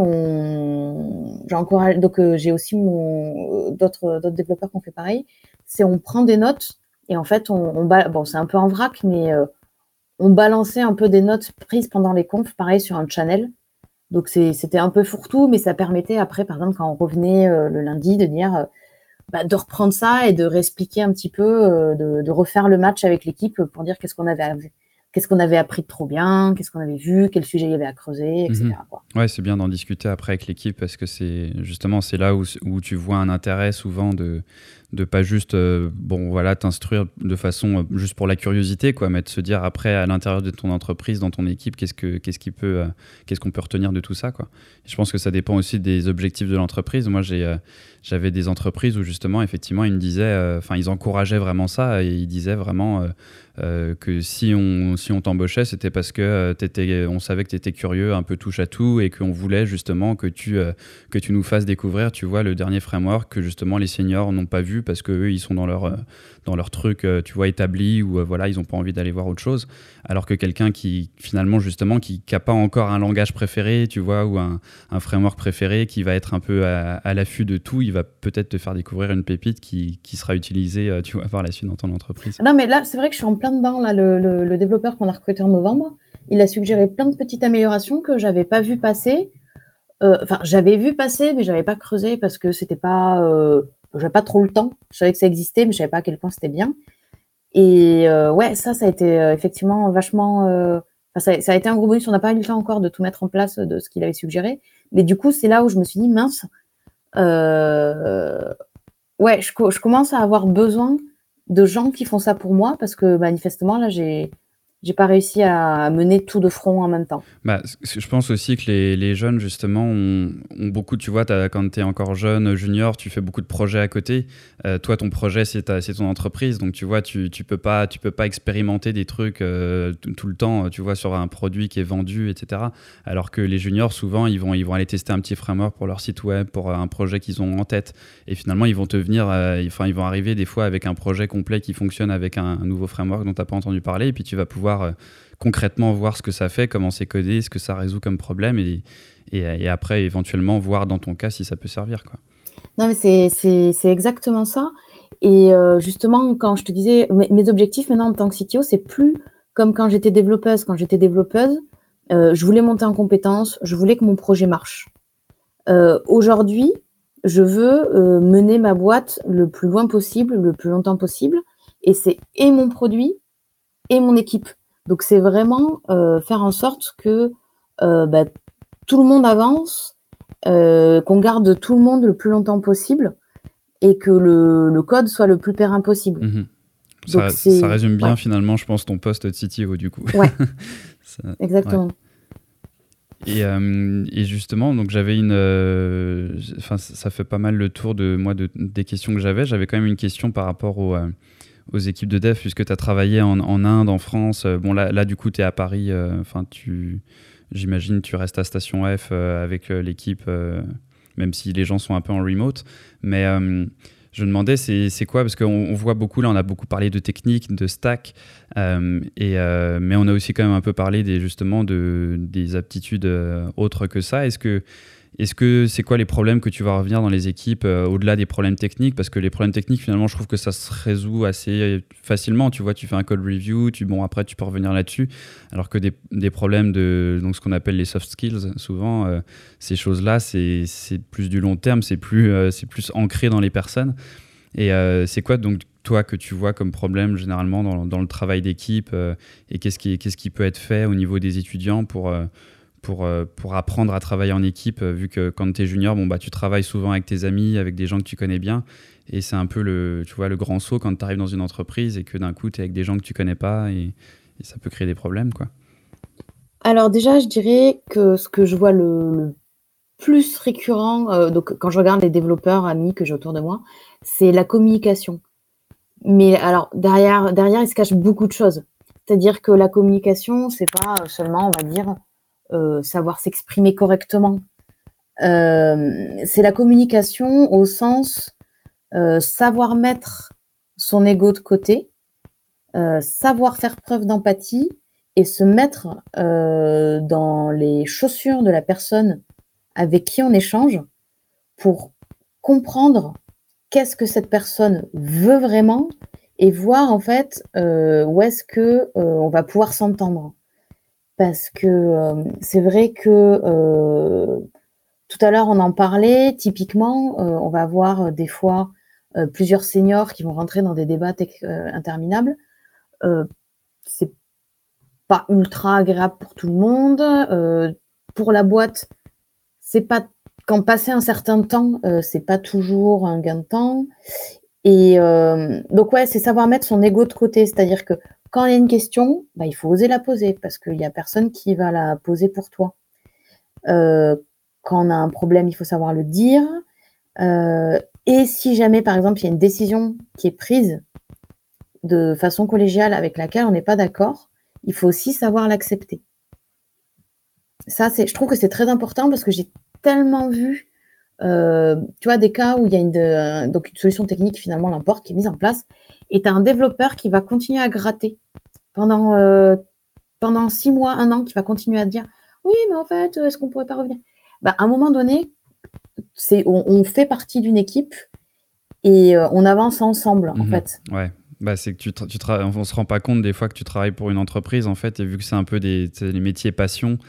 j'ai aussi d'autres développeurs qui ont fait pareil. C'est on prend des notes et en fait bon, c'est un peu en vrac, mais on balançait un peu des notes prises pendant les confs, pareil sur un channel. Donc c'était un peu fourre-tout, mais ça permettait après, par exemple, quand on revenait le lundi, de dire de reprendre ça et de réexpliquer un petit peu, de refaire le match avec l'équipe pour dire qu'est-ce qu'on avait appris de trop bien, qu'est-ce qu'on avait vu, quel sujet il y avait à creuser, etc. Quoi. Ouais, c'est bien d'en discuter après avec l'équipe parce que c'est là où tu vois un intérêt souvent de pas juste t'instruire de façon juste pour la curiosité, quoi, mais de se dire après à l'intérieur de ton entreprise, dans ton équipe, qu'est-ce qu'on peut retenir de tout ça, quoi. Et je pense que ça dépend aussi des objectifs de l'entreprise. Moi, j'avais des entreprises où justement effectivement ils me disaient, ils encourageaient vraiment ça et ils disaient vraiment que si on t'embauchait, c'était parce que on savait que tu étais curieux, un peu touche à tout, et qu'on voulait justement que tu nous fasses découvrir, tu vois, le dernier framework que justement les seniors n'ont pas vu parce que eux ils sont dans leur truc, tu vois, établi, ou ils n'ont pas envie d'aller voir autre chose, alors que quelqu'un qui finalement justement qui n'a pas encore un langage préféré, tu vois, ou un framework préféré, qui va être un peu à l'affût de tout, il va peut-être te faire découvrir une pépite qui sera utilisée, tu vois, par la suite dans ton entreprise. Non, mais là, c'est vrai que je suis en plein dedans. Là, le développeur qu'on a recruté en novembre, il a suggéré plein de petites améliorations que j'avais pas vu passer. J'avais vu passer, mais j'avais pas creusé parce que c'était pas, j'avais pas trop le temps. Je savais que ça existait, mais je savais pas à quel point c'était bien. Et ça a été effectivement vachement. Ça a été un gros bonus. On n'a pas eu le temps encore de tout mettre en place de ce qu'il avait suggéré. Mais du coup, c'est là où je me suis dit mince. Je commence à avoir besoin de gens qui font ça pour moi parce que manifestement là j'ai pas réussi à mener tout de front en même temps. Je pense aussi que les jeunes justement ont beaucoup, tu vois, quand tu es encore jeune, junior, tu fais beaucoup de projets à côté. Toi, ton projet, c'est ton entreprise, donc tu vois, tu peux pas expérimenter des trucs tout le temps, tu vois, sur un produit qui est vendu, etc. Alors que les juniors, souvent, ils vont aller tester un petit framework pour leur site web, pour un projet qu'ils ont en tête, et finalement, ils vont ils vont arriver des fois avec un projet complet qui fonctionne avec un nouveau framework dont tu n'as pas entendu parler, et puis tu vas pouvoir concrètement voir ce que ça fait, comment c'est codé, ce que ça résout comme problème, et après éventuellement voir dans ton cas si ça peut servir, quoi. Non, mais c'est exactement ça. Et justement, quand je te disais mes objectifs maintenant en tant que CTO, c'est plus comme quand j'étais développeuse. Quand j'étais développeuse, je voulais monter en compétences, je voulais que mon projet marche. Aujourd'hui, je veux mener ma boîte le plus loin possible, le plus longtemps possible, et c'est et mon produit et mon équipe. Donc c'est vraiment faire en sorte que tout le monde avance, qu'on garde tout le monde le plus longtemps possible et que le code soit le plus périn possible. Donc ça résume bien finalement, je pense, ton poste de CTO du coup. Ouais, exactement. Ouais. Et justement, donc j'avais ça fait pas mal le tour des questions que j'avais. J'avais quand même une question par rapport aux équipes de dev, puisque tu as travaillé en Inde, en France. Bon, là du coup, tu es à Paris. J'imagine tu restes à Station F avec l'équipe, même si les gens sont un peu en remote. Mais je me demandais, c'est quoi? Parce qu'on voit beaucoup, là, on a beaucoup parlé de technique, de stack, mais on a aussi quand même un peu parlé des aptitudes autres que ça. Est-ce que c'est quoi les problèmes que tu vas revenir dans les équipes au-delà des problèmes techniques? Parce que les problèmes techniques, finalement, je trouve que ça se résout assez facilement. Tu vois, tu fais un code review, après tu peux revenir là-dessus. Alors que des problèmes donc ce qu'on appelle les soft skills, souvent, ces choses-là, c'est plus du long terme, c'est plus ancré dans les personnes. Et c'est quoi donc toi que tu vois comme problème généralement dans le travail d'équipe, et qu'est-ce qui peut être fait au niveau des étudiants pour apprendre à travailler en équipe, vu que quand tu es junior, tu travailles souvent avec tes amis, avec des gens que tu connais bien, et c'est un peu le grand saut quand tu arrives dans une entreprise et que d'un coup tu es avec des gens que tu connais pas, et ça peut créer des problèmes, quoi. Alors déjà, je dirais que ce que je vois le plus récurrent, donc quand je regarde les développeurs amis que j'ai autour de moi, c'est la communication. Mais alors derrière il se cache beaucoup de choses. C'est-à-dire que la communication, c'est pas seulement, on va dire, savoir s'exprimer correctement. C'est la communication au sens savoir mettre son ego de côté savoir faire preuve d'empathie et se mettre dans les chaussures de la personne avec qui on échange pour comprendre qu'est-ce que cette personne veut vraiment et voir en fait où est-ce que on va pouvoir s'entendre. Parce que c'est vrai que tout à l'heure on en parlait, typiquement, on va avoir des fois plusieurs seniors qui vont rentrer dans des débats interminables. C'est pas ultra agréable pour tout le monde. Pour la boîte, c'est pas quand passé un certain temps, c'est pas toujours un gain de temps. Et donc ouais, c'est savoir mettre son ego de côté, c'est-à-dire que quand il y a une question, bah, il faut oser la poser parce qu'il y a personne qui va la poser pour toi. Quand on a un problème, il faut savoir le dire. Et si jamais, par exemple, il y a une décision qui est prise de façon collégiale avec laquelle on n'est pas d'accord, il faut aussi savoir l'accepter. Ça, je trouve que c'est très important parce que j'ai tellement vu, tu vois, des cas où il y a donc une solution technique finalement l'importe qui est mise en place et tu as un développeur qui va continuer à gratter pendant 6 mois, 1 an, qui va continuer à dire oui, mais en fait, est-ce qu'on pourrait pas revenir? Bah, à un moment donné, on fait partie d'une équipe et on avance ensemble en fait. Ouais. Bah, c'est que on se rend pas compte des fois que tu travailles pour une entreprise en fait, et vu que c'est un peu les métiers passion,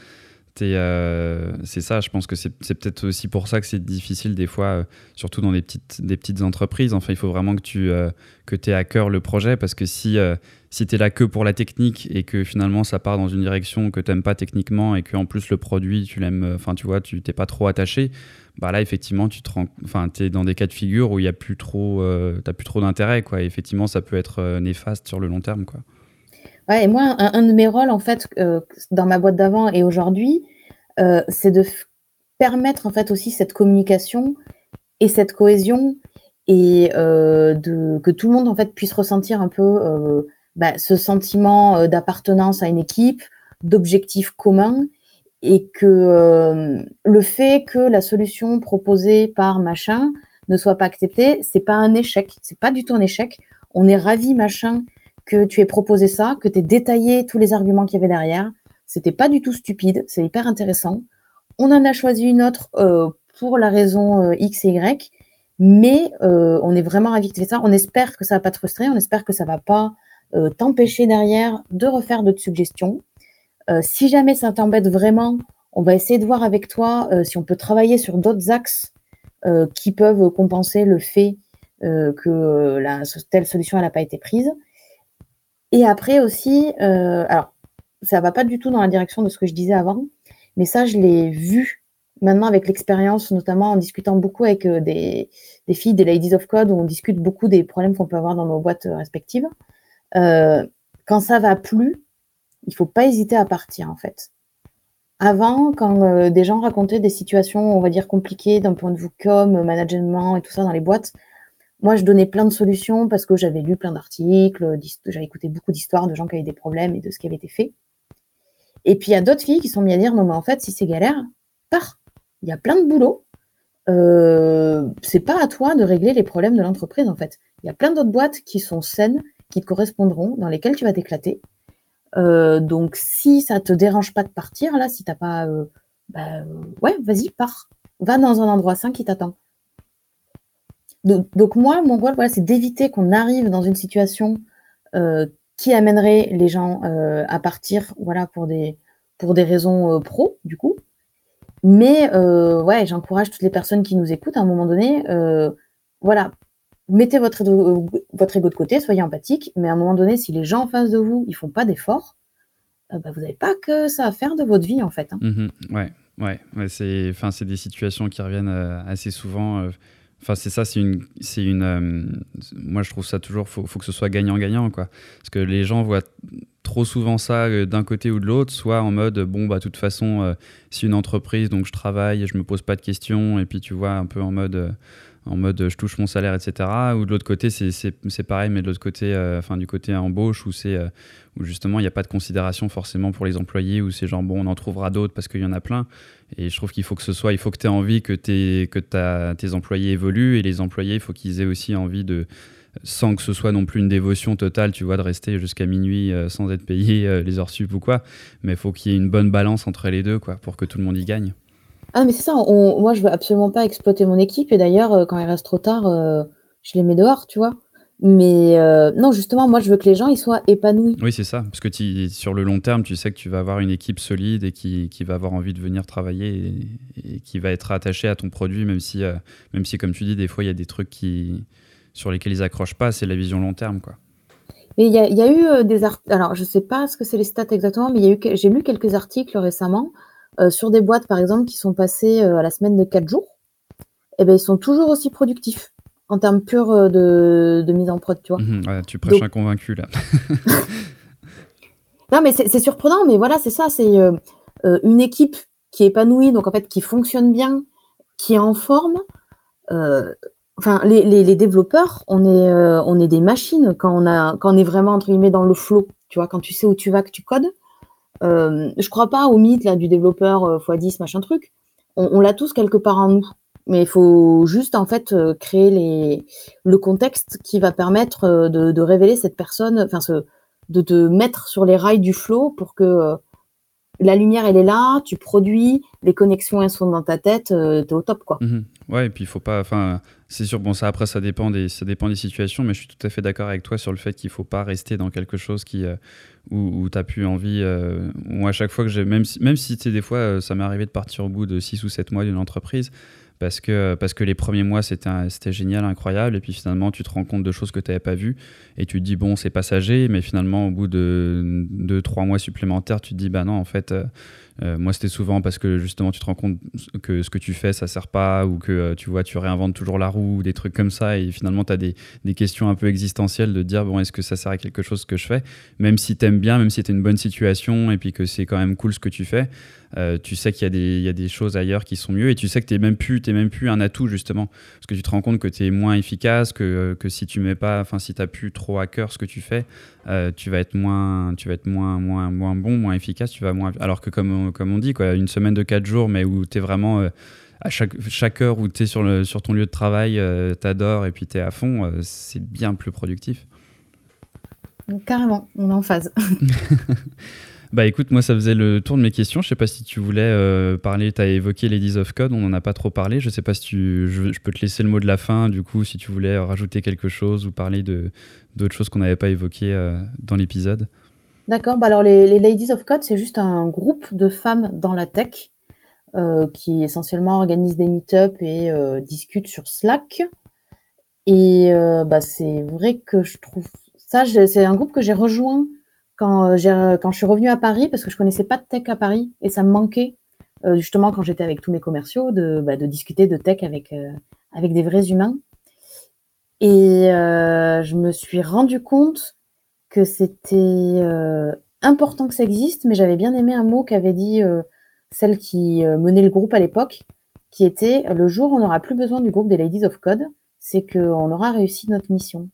c'est ça. Je pense que c'est peut-être aussi pour ça que c'est difficile des fois, surtout dans des petites entreprises. Enfin, il faut vraiment que tu aies à cœur le projet, parce que si tu es là que pour la technique et que finalement ça part dans une direction que tu n'aimes pas techniquement et qu'en plus le produit tu l'aimes, enfin tu vois, tu t'es pas trop attaché, bah là effectivement tu es dans des cas de figure où il y a plus trop, t'as plus trop d'intérêt, quoi. Et effectivement ça peut être néfaste sur le long terme, quoi. Ouais, et moi, un de mes rôles, en fait, dans ma boîte d'avant et aujourd'hui, c'est de permettre, en fait, aussi cette communication et cette cohésion et que tout le monde, en fait, puisse ressentir un peu ce sentiment d'appartenance à une équipe, d'objectifs communs et que le fait que la solution proposée par machin ne soit pas acceptée, c'est pas un échec. C'est pas du tout un échec. On est ravis, machin, que tu aies proposé ça, que tu aies détaillé tous les arguments qu'il y avait derrière. C'était pas du tout stupide, c'est hyper intéressant. On en a choisi une autre pour la raison X et Y, mais on est vraiment ravis que tu aies fait ça. On espère que ça va pas te frustrer, on espère que ça va pas t'empêcher derrière de refaire d'autres suggestions. Si jamais ça t'embête vraiment, on va essayer de voir avec toi si on peut travailler sur d'autres axes qui peuvent compenser le fait que telle solution n'a pas été prise. Et après aussi, alors ça va pas du tout dans la direction de ce que je disais avant, mais ça je l'ai vu maintenant avec l'expérience, notamment en discutant beaucoup avec des filles, des Ladies of Code, où on discute beaucoup des problèmes qu'on peut avoir dans nos boîtes respectives. Quand ça va plus, il faut pas hésiter à partir en fait. Avant, quand des gens racontaient des situations, on va dire, compliquées d'un point de vue management et tout ça dans les boîtes, moi, je donnais plein de solutions parce que j'avais lu plein d'articles, j'avais écouté beaucoup d'histoires de gens qui avaient des problèmes et de ce qui avait été fait. Et puis, il y a d'autres filles qui sont mis à dire, non, mais en fait, si c'est galère, pars. Il y a plein de boulot. C'est pas à toi de régler les problèmes de l'entreprise, en fait. Il y a plein d'autres boîtes qui sont saines, qui te correspondront, dans lesquelles tu vas t'éclater. Donc, si ça te dérange pas de partir, là, si t'as pas... ouais, vas-y, pars. Va dans un endroit sain qui t'attend. Donc moi, mon rôle, voilà, c'est d'éviter qu'on arrive dans une situation qui amènerait les gens à partir, voilà, pour des raisons pro, du coup. Mais ouais, j'encourage toutes les personnes qui nous écoutent à un moment donné, voilà, mettez votre ego de côté, soyez empathique, mais à un moment donné, si les gens en face de vous, ils font pas d'efforts, vous n'avez pas que ça à faire de votre vie, en fait. Hein. Ouais, c'est des situations qui reviennent assez souvent. Enfin, c'est ça, moi, je trouve ça toujours, faut que ce soit gagnant-gagnant, quoi. Parce que les gens voient trop souvent ça d'un côté ou de l'autre, soit en mode, bon, bah, de toute façon, c'est une entreprise, donc je travaille, je me pose pas de questions, et puis tu vois, un peu en mode je touche mon salaire, etc. Ou de l'autre côté, c'est pareil, mais de l'autre côté, du côté embauche, où justement, il n'y a pas de considération forcément pour les employés, où c'est genre, bon, on en trouvera d'autres parce qu'il y en a plein. Et je trouve qu'il faut que tu aies envie que tes employés évoluent, et les employés, il faut qu'ils aient aussi envie de sans que ce soit non plus une dévotion totale, tu vois, de rester jusqu'à minuit sans être payé les heures sup ou quoi. Mais il faut qu'il y ait une bonne balance entre les deux, quoi, pour que tout le monde y gagne. Ah, mais c'est ça, moi je veux absolument pas exploiter mon équipe et d'ailleurs, quand ils restent trop tard, je les mets dehors, tu vois? Mais non, justement, moi je veux que les gens ils soient épanouis. Oui, c'est ça. Parce que sur le long terme, tu sais que tu vas avoir une équipe solide et qui va avoir envie de venir travailler et qui va être attachée à ton produit, même si, comme tu dis, des fois, il y a des trucs sur lesquels ils accrochent pas. C'est la vision long terme, quoi. Mais il y a eu des articles, alors je sais pas ce que c'est les stats exactement, mais j'ai lu quelques articles récemment sur des boîtes, par exemple, qui sont passées à la semaine de 4 jours. Et ben ils sont toujours aussi productifs en termes purs de mise en prod, tu vois. Ouais, tu prêches un convaincu, là. Non, mais c'est surprenant, mais voilà, c'est ça, c'est une équipe qui est épanouie, donc en fait qui fonctionne bien, qui est en forme. Enfin, les développeurs, on est des machines quand on est vraiment entre guillemets dans le flow, tu vois, quand tu sais où tu vas, que tu codes. Je crois pas au mythe là du développeur x10 machin truc. On l'a tous quelque part en nous, mais il faut juste en fait créer le contexte qui va permettre de révéler cette personne, enfin de te mettre sur les rails du flow pour que la lumière elle est là, tu produis, les connexions elles sont dans ta tête, t'es au top, quoi. Ouais, et puis il faut pas, enfin, c'est sûr, bon, ça après ça dépend des situations, mais je suis tout à fait d'accord avec toi sur le fait qu'il faut pas rester dans quelque chose où t'as plus envie. Moi, à chaque fois que même si tu sais, des fois, ça m'est arrivé de partir au bout de 6 ou 7 mois d'une entreprise. Parce que les premiers mois, c'était génial, incroyable. Et puis finalement, tu te rends compte de choses que tu n'avais pas vues. Et tu te dis, bon, c'est passager. Mais finalement, au bout de 2-3 mois supplémentaires, tu te dis, bah non, en fait, moi, c'était souvent parce que justement, tu te rends compte que ce que tu fais, ça ne sert pas. Ou que tu vois, tu réinventes toujours la roue, ou des trucs comme ça. Et finalement, tu as des questions un peu existentielles de te dire, bon, est-ce que ça sert à quelque chose ce que je fais? Même si tu aimes bien, même si tu es une bonne situation, et puis que c'est quand même cool ce que tu fais. Tu sais qu'il y a des choses ailleurs qui sont mieux et tu sais que t'es même plus un atout, justement, parce que tu te rends compte que tu es moins efficace, que si tu mets pas, enfin si t'as plus trop à cœur ce que tu fais, tu vas être moins bon, moins efficace, tu vas moins, alors que comme on dit, quoi, une semaine de 4 jours mais où tu es vraiment à chaque heure où tu es sur ton lieu de travail, t'adores et puis tu es à fond, c'est bien plus productif. Donc, carrément, on est en phase. Bah écoute, moi ça faisait le tour de mes questions. Je sais pas si tu voulais parler, tu as évoqué Ladies of Code, on n'en a pas trop parlé. Je sais pas si je peux te laisser le mot de la fin, du coup, si tu voulais rajouter quelque chose ou parler d'autres choses qu'on n'avait pas évoquées dans l'épisode. D'accord, bah alors les Ladies of Code, c'est juste un groupe de femmes dans la tech qui essentiellement organisent des meet-up et discutent sur Slack. Et bah, c'est vrai que je trouve ça, c'est un groupe que j'ai rejoint quand je suis revenue à Paris, parce que je connaissais pas de tech à Paris et ça me manquait justement quand j'étais avec tous mes commerciaux de discuter de tech avec des vrais humains. Et je me suis rendu compte que c'était important que ça existe, mais j'avais bien aimé un mot qu'avait dit celle qui menait le groupe à l'époque, qui était: le jour où on n'aura plus besoin du groupe des Ladies of Code, c'est qu'on aura réussi notre mission.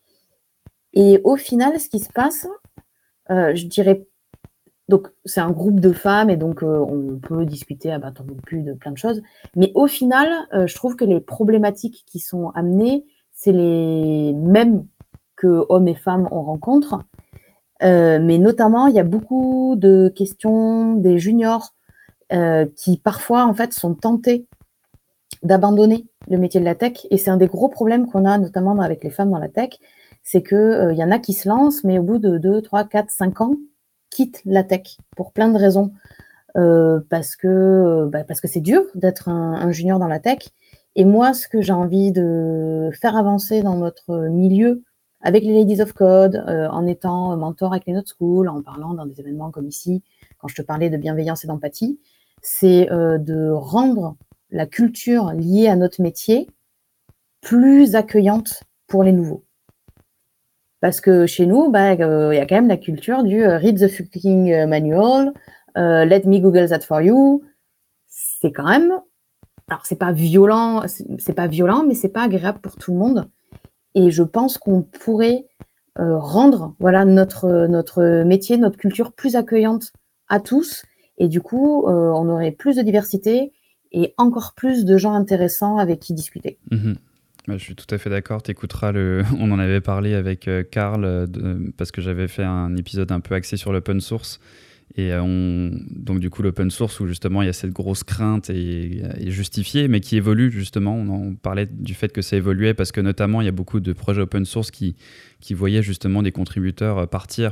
Et au final, ce qui se passe, je dirais, donc c'est un groupe de femmes et donc on peut discuter à bâton rompu de plein de choses, mais au final, je trouve que les problématiques qui sont amenées, c'est les mêmes que hommes et femmes on rencontre, mais notamment il y a beaucoup de questions des juniors qui parfois en fait sont tentés d'abandonner le métier de la tech, et c'est un des gros problèmes qu'on a notamment avec les femmes dans la tech, c'est que y en a qui se lancent, mais au bout de 2, 3, 4, 5 ans, quittent la tech pour plein de raisons. Parce que c'est dur d'être un junior dans la tech. Et moi, ce que j'ai envie de faire avancer dans notre milieu, avec les Ladies of Code, en étant mentor avec les Not School, en parlant dans des événements comme ici, quand je te parlais de bienveillance et d'empathie, c'est de rendre la culture liée à notre métier plus accueillante pour les nouveaux. Parce que chez nous, y a quand même la culture du read the fucking manual, let me Google that for you. C'est quand même, alors c'est pas violent, mais c'est pas agréable pour tout le monde. Et je pense qu'on pourrait rendre notre métier, notre culture plus accueillante à tous. Et du coup, on aurait plus de diversité et encore plus de gens intéressants avec qui discuter. Mmh. Je suis tout à fait d'accord. T'écouteras on en avait parlé avec Karl parce que j'avais fait un épisode un peu axé sur l'open source. Et donc du coup l'open source où justement il y a cette grosse crainte et justifiée, mais qui évolue justement. On en parlait du fait que ça évoluait parce que notamment il y a beaucoup de projets open source qui voyaient justement des contributeurs partir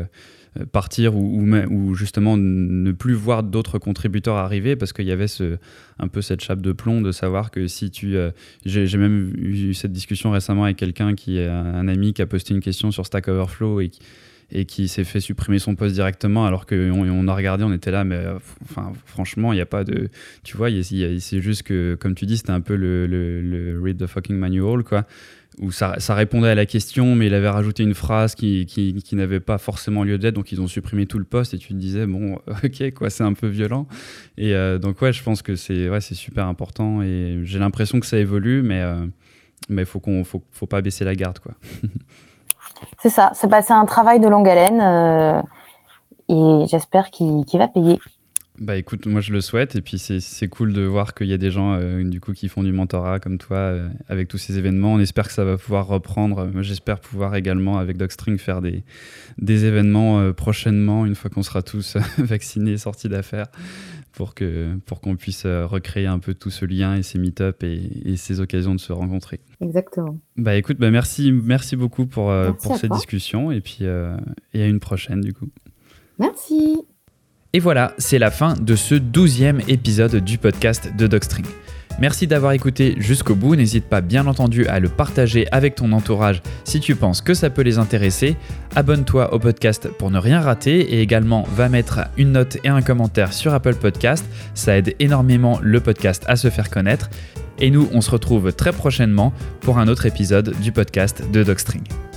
ou justement ne plus voir d'autres contributeurs arriver parce qu'il y avait un peu cette chape de plomb de savoir que si j'ai même eu cette discussion récemment avec quelqu'un qui est un ami qui a posté une question sur Stack Overflow et qui s'est fait supprimer son poste directement alors qu'on a regardé, on était là, mais franchement, il n'y a pas de... Tu vois, c'est juste que, comme tu dis, c'était un peu le read the fucking manual, quoi, où ça répondait à la question, mais il avait rajouté une phrase qui n'avait pas forcément lieu d'être, donc ils ont supprimé tout le poste, et tu te disais, bon, ok, quoi, c'est un peu violent. Et donc, ouais, je pense que c'est super important, et j'ai l'impression que ça évolue, mais faut pas baisser la garde, quoi. C'est ça, c'est un travail de longue haleine et j'espère qu'il va payer. Bah écoute, moi je le souhaite et puis c'est cool de voir qu'il y a des gens du coup qui font du mentorat comme toi avec tous ces événements. On espère que ça va pouvoir reprendre. Moi j'espère pouvoir également avec Docstring faire des événements prochainement une fois qu'on sera tous vaccinés et sortis d'affaires pour qu'on puisse recréer un peu tout ce lien et ces meet-up et ces occasions de se rencontrer. Exactement. Bah écoute, merci beaucoup pour cette discussion et puis et à une prochaine du coup. Merci. Et voilà, c'est la fin de ce 12e épisode du podcast de Docstring. Merci d'avoir écouté jusqu'au bout, n'hésite pas bien entendu à le partager avec ton entourage si tu penses que ça peut les intéresser. Abonne-toi au podcast pour ne rien rater et également va mettre une note et un commentaire sur Apple Podcast, ça aide énormément le podcast à se faire connaître. Et nous, on se retrouve très prochainement pour un autre épisode du podcast de Docstring.